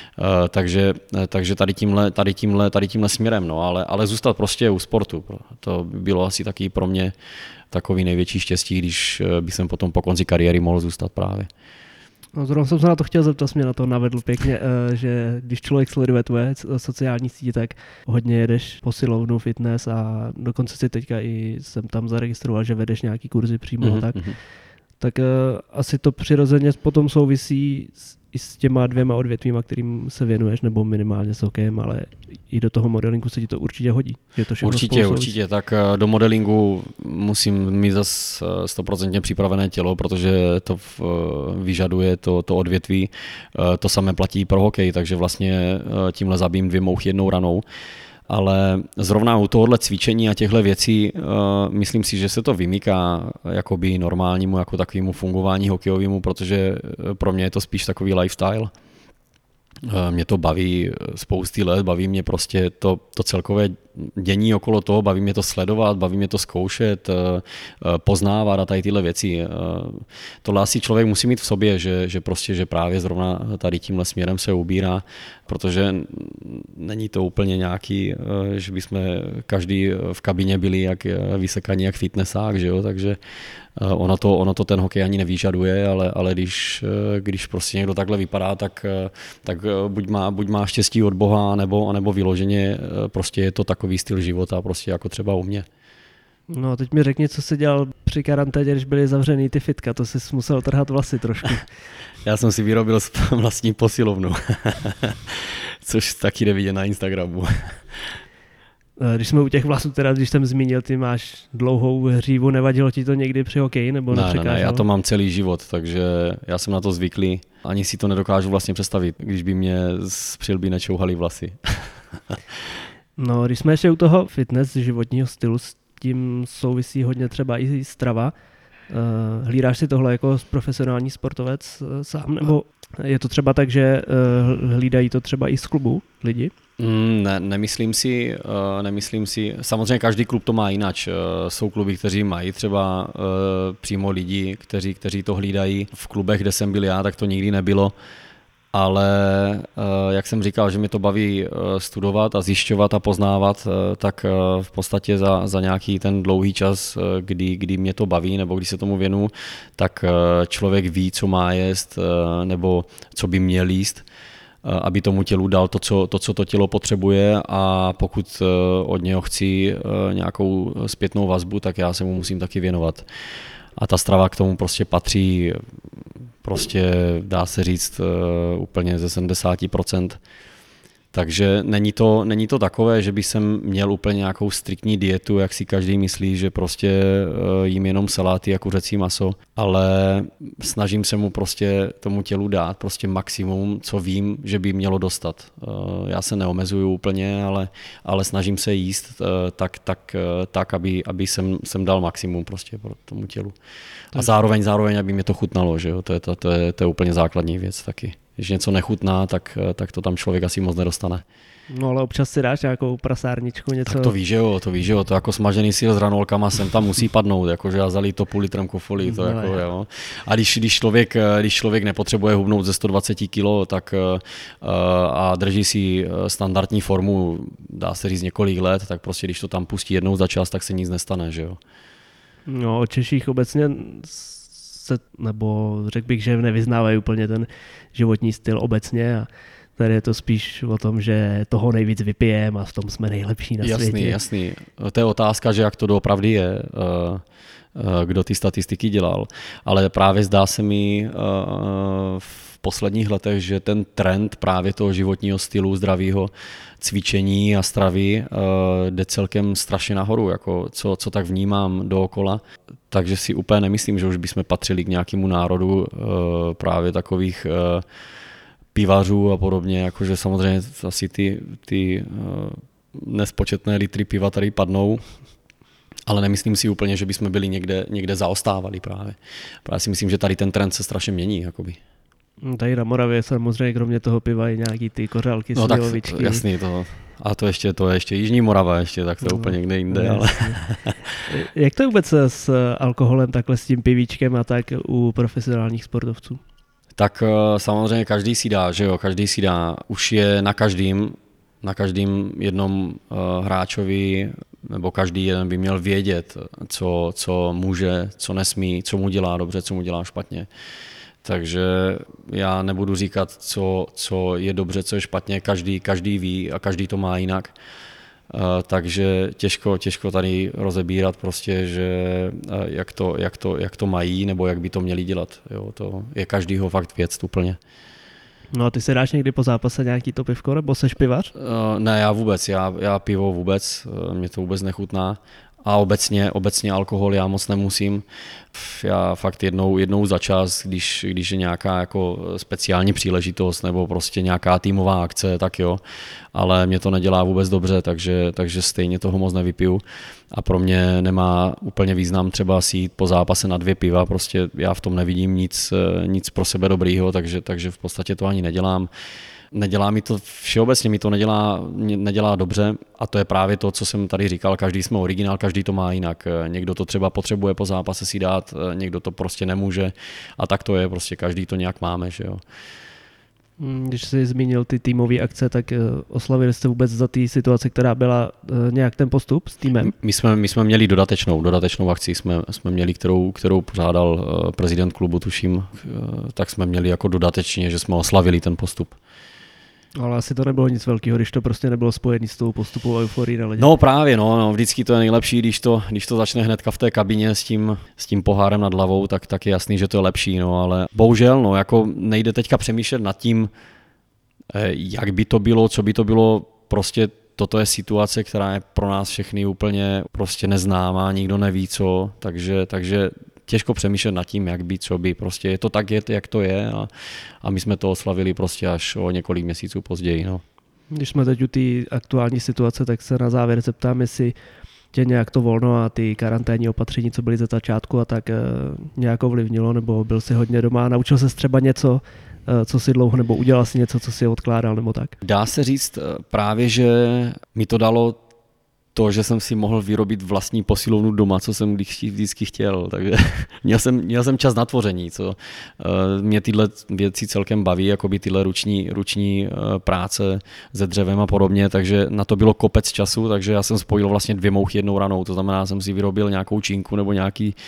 takže tady tímhle směrem, no, ale zůstat prostě u sportu, to by bylo asi taky pro mě takový největší štěstí, když bych jsem potom po konci kariéry mohl zůstat právě. No, zrovna jsem se na to chtěl zeptat, mě na to navedl pěkně, že když člověk sleduje tvoje sociální sítě, tak hodně jedeš posilovnu, fitness a dokonce si teďka i jsem tam zaregistroval, že vedeš nějaký kurzy přímo tak asi to přirozeně potom souvisí i s těma 2 odvětvíma, kterým se věnuješ, nebo minimálně s hokejem, ale i do toho modelingu se ti to určitě hodí. Že to určitě, tak do modelingu musím mít zase 100% připravené tělo, protože to vyžaduje to odvětví. To samé platí pro hokej, takže vlastně tímhle zabijím 2 mouchy jednou ranou. Ale zrovna u tohohle cvičení a těchto věcí myslím si, že se to vymyká jakoby normálnímu, jako takovému fungování hokejovému, protože pro mě je to spíš takový lifestyle. Mě to baví spousty let, baví mě prostě to celkové dění okolo toho, baví mě to sledovat, baví mě to zkoušet, poznávat a tady tyhle věci. Tohle asi člověk musí mít v sobě, že právě zrovna tady tímhle směrem se ubírá, protože není to úplně nějaký, že bychom každý v kabině byli jak vysekaní jak fitnessák, že jo, takže ono to ten hokej ani nevyžaduje, ale když prostě někdo takhle vypadá, tak buď má štěstí od Boha, nebo vyloženě prostě je to takový styl života, prostě jako třeba u mě. No a teď mi řekni, co jsi dělal při karanténě, když byly zavřený ty fitka, to jsi musel trhat vlasy trošku. Já jsem si vyrobil vlastní posilovnu, což taky jde vidět na Instagramu. Když jsme u těch vlasů, teda když jsem zmínil, ty máš dlouhou hřívu, nevadilo ti to někdy při hokeji nebo nepřekáželo? Ne, já to mám celý život, takže já jsem na to zvyklý. Ani si to nedokážu vlastně představit, když by mě z přilby nečouhaly vlasy. No, když jsme ještě u toho fitness, životního stylu, s tím souvisí hodně třeba i strava. Hlídáš si tohle jako profesionální sportovec sám, nebo je to třeba tak, že hlídají to třeba i z klubu lidi? Ne, nemyslím si. Samozřejmě každý klub to má jinak. Jsou kluby, kteří mají třeba přímo lidi, kteří to hlídají. V klubech, kde jsem byl já, tak to nikdy nebylo. Ale jak jsem říkal, že mě to baví studovat a zjišťovat a poznávat, tak v podstatě za nějaký ten dlouhý čas, kdy mě to baví nebo když se tomu věnu, tak člověk ví, co má jíst nebo co by měl jíst, aby tomu tělu dal to, co to tělo potřebuje, a pokud od něho chci nějakou zpětnou vazbu, tak já se mu musím taky věnovat. A ta strava k tomu prostě patří, prostě dá se říct úplně ze 70%. Takže není to takové, že by jsem měl úplně nějakou striktní dietu, jak si každý myslí, že prostě jím jenom saláty a kuřecí maso, ale snažím se mu prostě tomu tělu dát prostě maximum, co vím, že by mělo dostat. Já se neomezuju úplně, ale snažím se jíst tak aby jsem dal maximum prostě pro tomu tělu. A zároveň, aby mě to chutnalo, že jo? To je úplně základní věc taky. Když něco nechutná, tak to tam člověk asi moc nedostane. No ale občas si dáš nějakou prasárničku, něco. Tak to víš, že jo, to jako smažený sír s hranolkama sem tam musí padnout, jakože já zalít to půl litrem kofolí, to no, jako jo. A když člověk nepotřebuje hubnout ze 120 kg, tak a drží si standardní formu, dá se říct několik let, tak prostě když to tam pustí jednou za čas, tak se nic nestane, že jo. No, o Češích obecně nebo řekl bych, že nevyznávají úplně ten životní styl obecně, a tady je to spíš o tom, že toho nejvíc vypijeme a v tom jsme nejlepší na světě. Jasný. To je otázka, že jak to doopravdy je, kdo ty statistiky dělal. Ale právě zdá se mi v posledních letech, že ten trend právě toho životního stylu, zdravého cvičení a stravy jde celkem strašně nahoru, jako co tak vnímám dookola. Takže si úplně nemyslím, že už bychom patřili k nějakému národu právě takových pivařů a podobně, jakože samozřejmě asi ty nespočetné litry piva tady padnou, ale nemyslím si úplně, že bychom byli někde zaostávali právě. Právě si myslím, že tady ten trend se strašně mění. Jakoby. Tady na Moravě samozřejmě kromě toho piva i nějaký ty kořálky, no tak slivovičky. Jasný, a to je ještě Jižní Morava, tak to je úplně někde jinde. Ale... Jak to je vůbec s alkoholem, takhle s tím pivíčkem a tak u profesionálních sportovců? Tak samozřejmě každý si dá, že jo, každý si dá. Už je na každém jednom hráčovi, nebo každý jeden by měl vědět, co může, co nesmí, co mu dělá dobře, co mu dělá špatně. Takže já nebudu říkat, co je dobře, co je špatně, každý ví a každý to má jinak. Takže těžko tady rozebírat prostě, že jak to mají nebo jak by to měli dělat. Jo, to je každýho fakt věc úplně. No a ty si dáš někdy po zápase nějaký to pivko, nebo seš pivař? Ne, já vůbec, já pivo vůbec, mě to vůbec nechutná. A obecně alkohol já moc nemusím. Já fakt jednou za čas, když je nějaká jako speciální příležitost nebo prostě nějaká týmová akce, tak jo. Ale mě to nedělá vůbec dobře, takže stejně toho moc nevypiju. A pro mě nemá úplně význam třeba si jít po zápase na 2 piva, prostě já v tom nevidím nic pro sebe dobrýho, takže v podstatě to ani nedělám. Nedělá mi to, všeobecně mi to nedělá dobře a to je právě to, co jsem tady říkal, každý jsme originál, každý to má jinak. Někdo to třeba potřebuje po zápase si dát, někdo to prostě nemůže a tak to je, prostě každý to nějak máme, že jo. Když jsi zmínil ty týmové akce, tak oslavili jste vůbec za té situace, která byla nějak ten postup s týmem? My jsme měli dodatečnou akci, jsme měli, kterou pořádal prezident klubu, tuším, tak jsme měli jako dodatečně, že jsme oslavili ten postup. Ale asi to nebylo nic velkého, když to prostě nebylo spojené s tou postupovou euforií na ledě. No právě, no, vždycky to je nejlepší, když to začne hnedka v té kabině s tím pohárem nad hlavou, tak je jasný, že to je lepší, no, ale bohužel, no, jako nejde teďka přemýšlet nad tím, jak by to bylo, co by to bylo, prostě toto je situace, která je pro nás všechny úplně prostě neznámá, nikdo neví co, takže těžko přemýšlet nad tím, jak by, co by, prostě je to tak, jak to je a my jsme to oslavili prostě až o několik měsíců později. No. Když jsme teď u té aktuální situace, tak se na závěr zeptám, jestli tě nějak to volno a ty karanténní opatření, co byly ze začátku a tak nějak ovlivnilo, nebo byl jsi hodně doma, naučil ses třeba něco, co si dlouho, nebo udělal si něco, co si odkládal, nebo tak? Dá se říct právě, že mi to dalo to, že jsem si mohl vyrobit vlastní posilovnu doma, co jsem vždycky chtěl. Takže měl jsem čas na tvoření, co mě tyhle věci celkem baví, jakoby tyhle ruční práce se dřevem a podobně, takže na to bylo kopec času, takže já jsem spojil vlastně 2 mouchy jednou ranou, to znamená, jsem si vyrobil nějakou činku nebo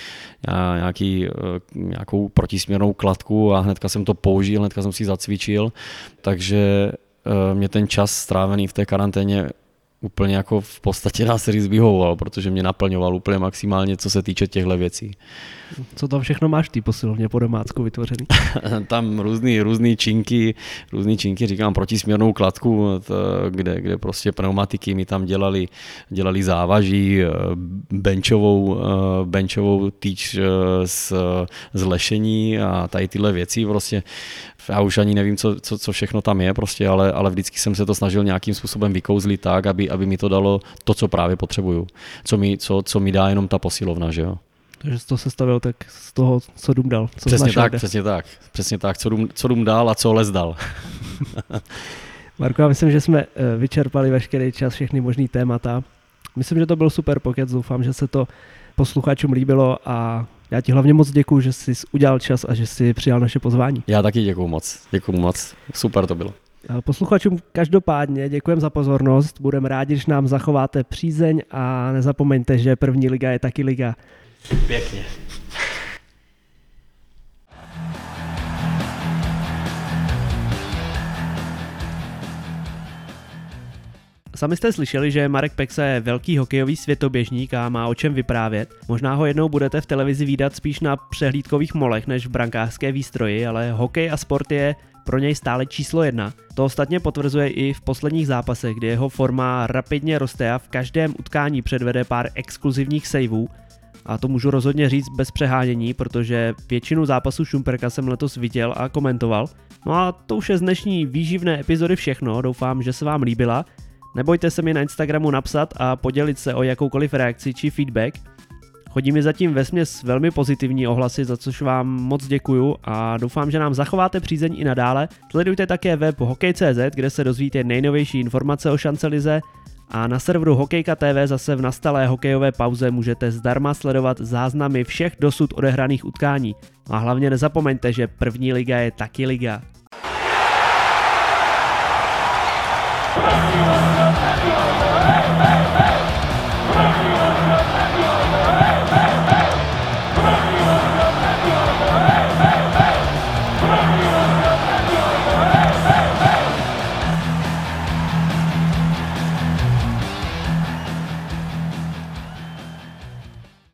nějakou protisměrnou kladku a hnedka jsem to použil, hnedka jsem si zacvičil, takže mě ten čas strávený v té karanténě úplně jako v podstatě dá se říct vyhovoval, protože mě naplňoval úplně maximálně, co se týče těchto věcí. Co tam všechno máš ty posilovně po domácku vytvořený? Tam různý činky, říkám protisměrnou kladku, kde prostě pneumatiky mi tam dělali závaží, benchovou tyč z lešení a tady tyhle věci prostě. Já už ani nevím, co všechno tam je, prostě, ale vždycky jsem se to snažil nějakým způsobem vykouzlit tak, aby mi to dalo to, co právě potřebuju. Co mi dá jenom ta posilovna, že jo. Takže jsi to sestavil tak z toho, co dům dal. Přesně tak, co dům dal a co les dal. Marko, já myslím, že jsme vyčerpali veškerý čas, všechny možný témata. Myslím, že to byl super pokec, doufám, že se to posluchačům líbilo a já ti hlavně moc děkuju, že jsi udělal čas a že jsi přijal naše pozvání. Já taky děkuju moc, super to bylo. Posluchačům každopádně děkujeme za pozornost, budeme rádi, když nám zachováte přízeň a nezapomeňte, že první liga je taky liga. Pěkně. Sami jste slyšeli, že Marek Peksa je velký hokejový světoběžník a má o čem vyprávět. Možná ho jednou budete v televizi vídat spíš na přehlídkových molech než v brankářské výstroji, ale hokej a sport je pro něj stále číslo 1. To ostatně potvrzuje i v posledních zápasech, kdy jeho forma rapidně roste a v každém utkání předvede pár exkluzivních saveů. A to můžu rozhodně říct bez přehánění, protože většinu zápasů Šumperka jsem letos viděl a komentoval. No a to už je z dnešní výživné epizody všechno, doufám, že se vám líbila. Nebojte se mi na Instagramu napsat a podělit se o jakoukoliv reakci či feedback. Chodí mi zatím vesměs velmi pozitivní ohlasy, za což vám moc děkuju a doufám, že nám zachováte přízeň i nadále. Sledujte také web Hokej.cz, kde se dozvíte nejnovější informace o šancelize a na serveru Hokejka TV zase v nastalé hokejové pauze můžete zdarma sledovat záznamy všech dosud odehraných utkání. A hlavně nezapomeňte, že první liga je taky liga.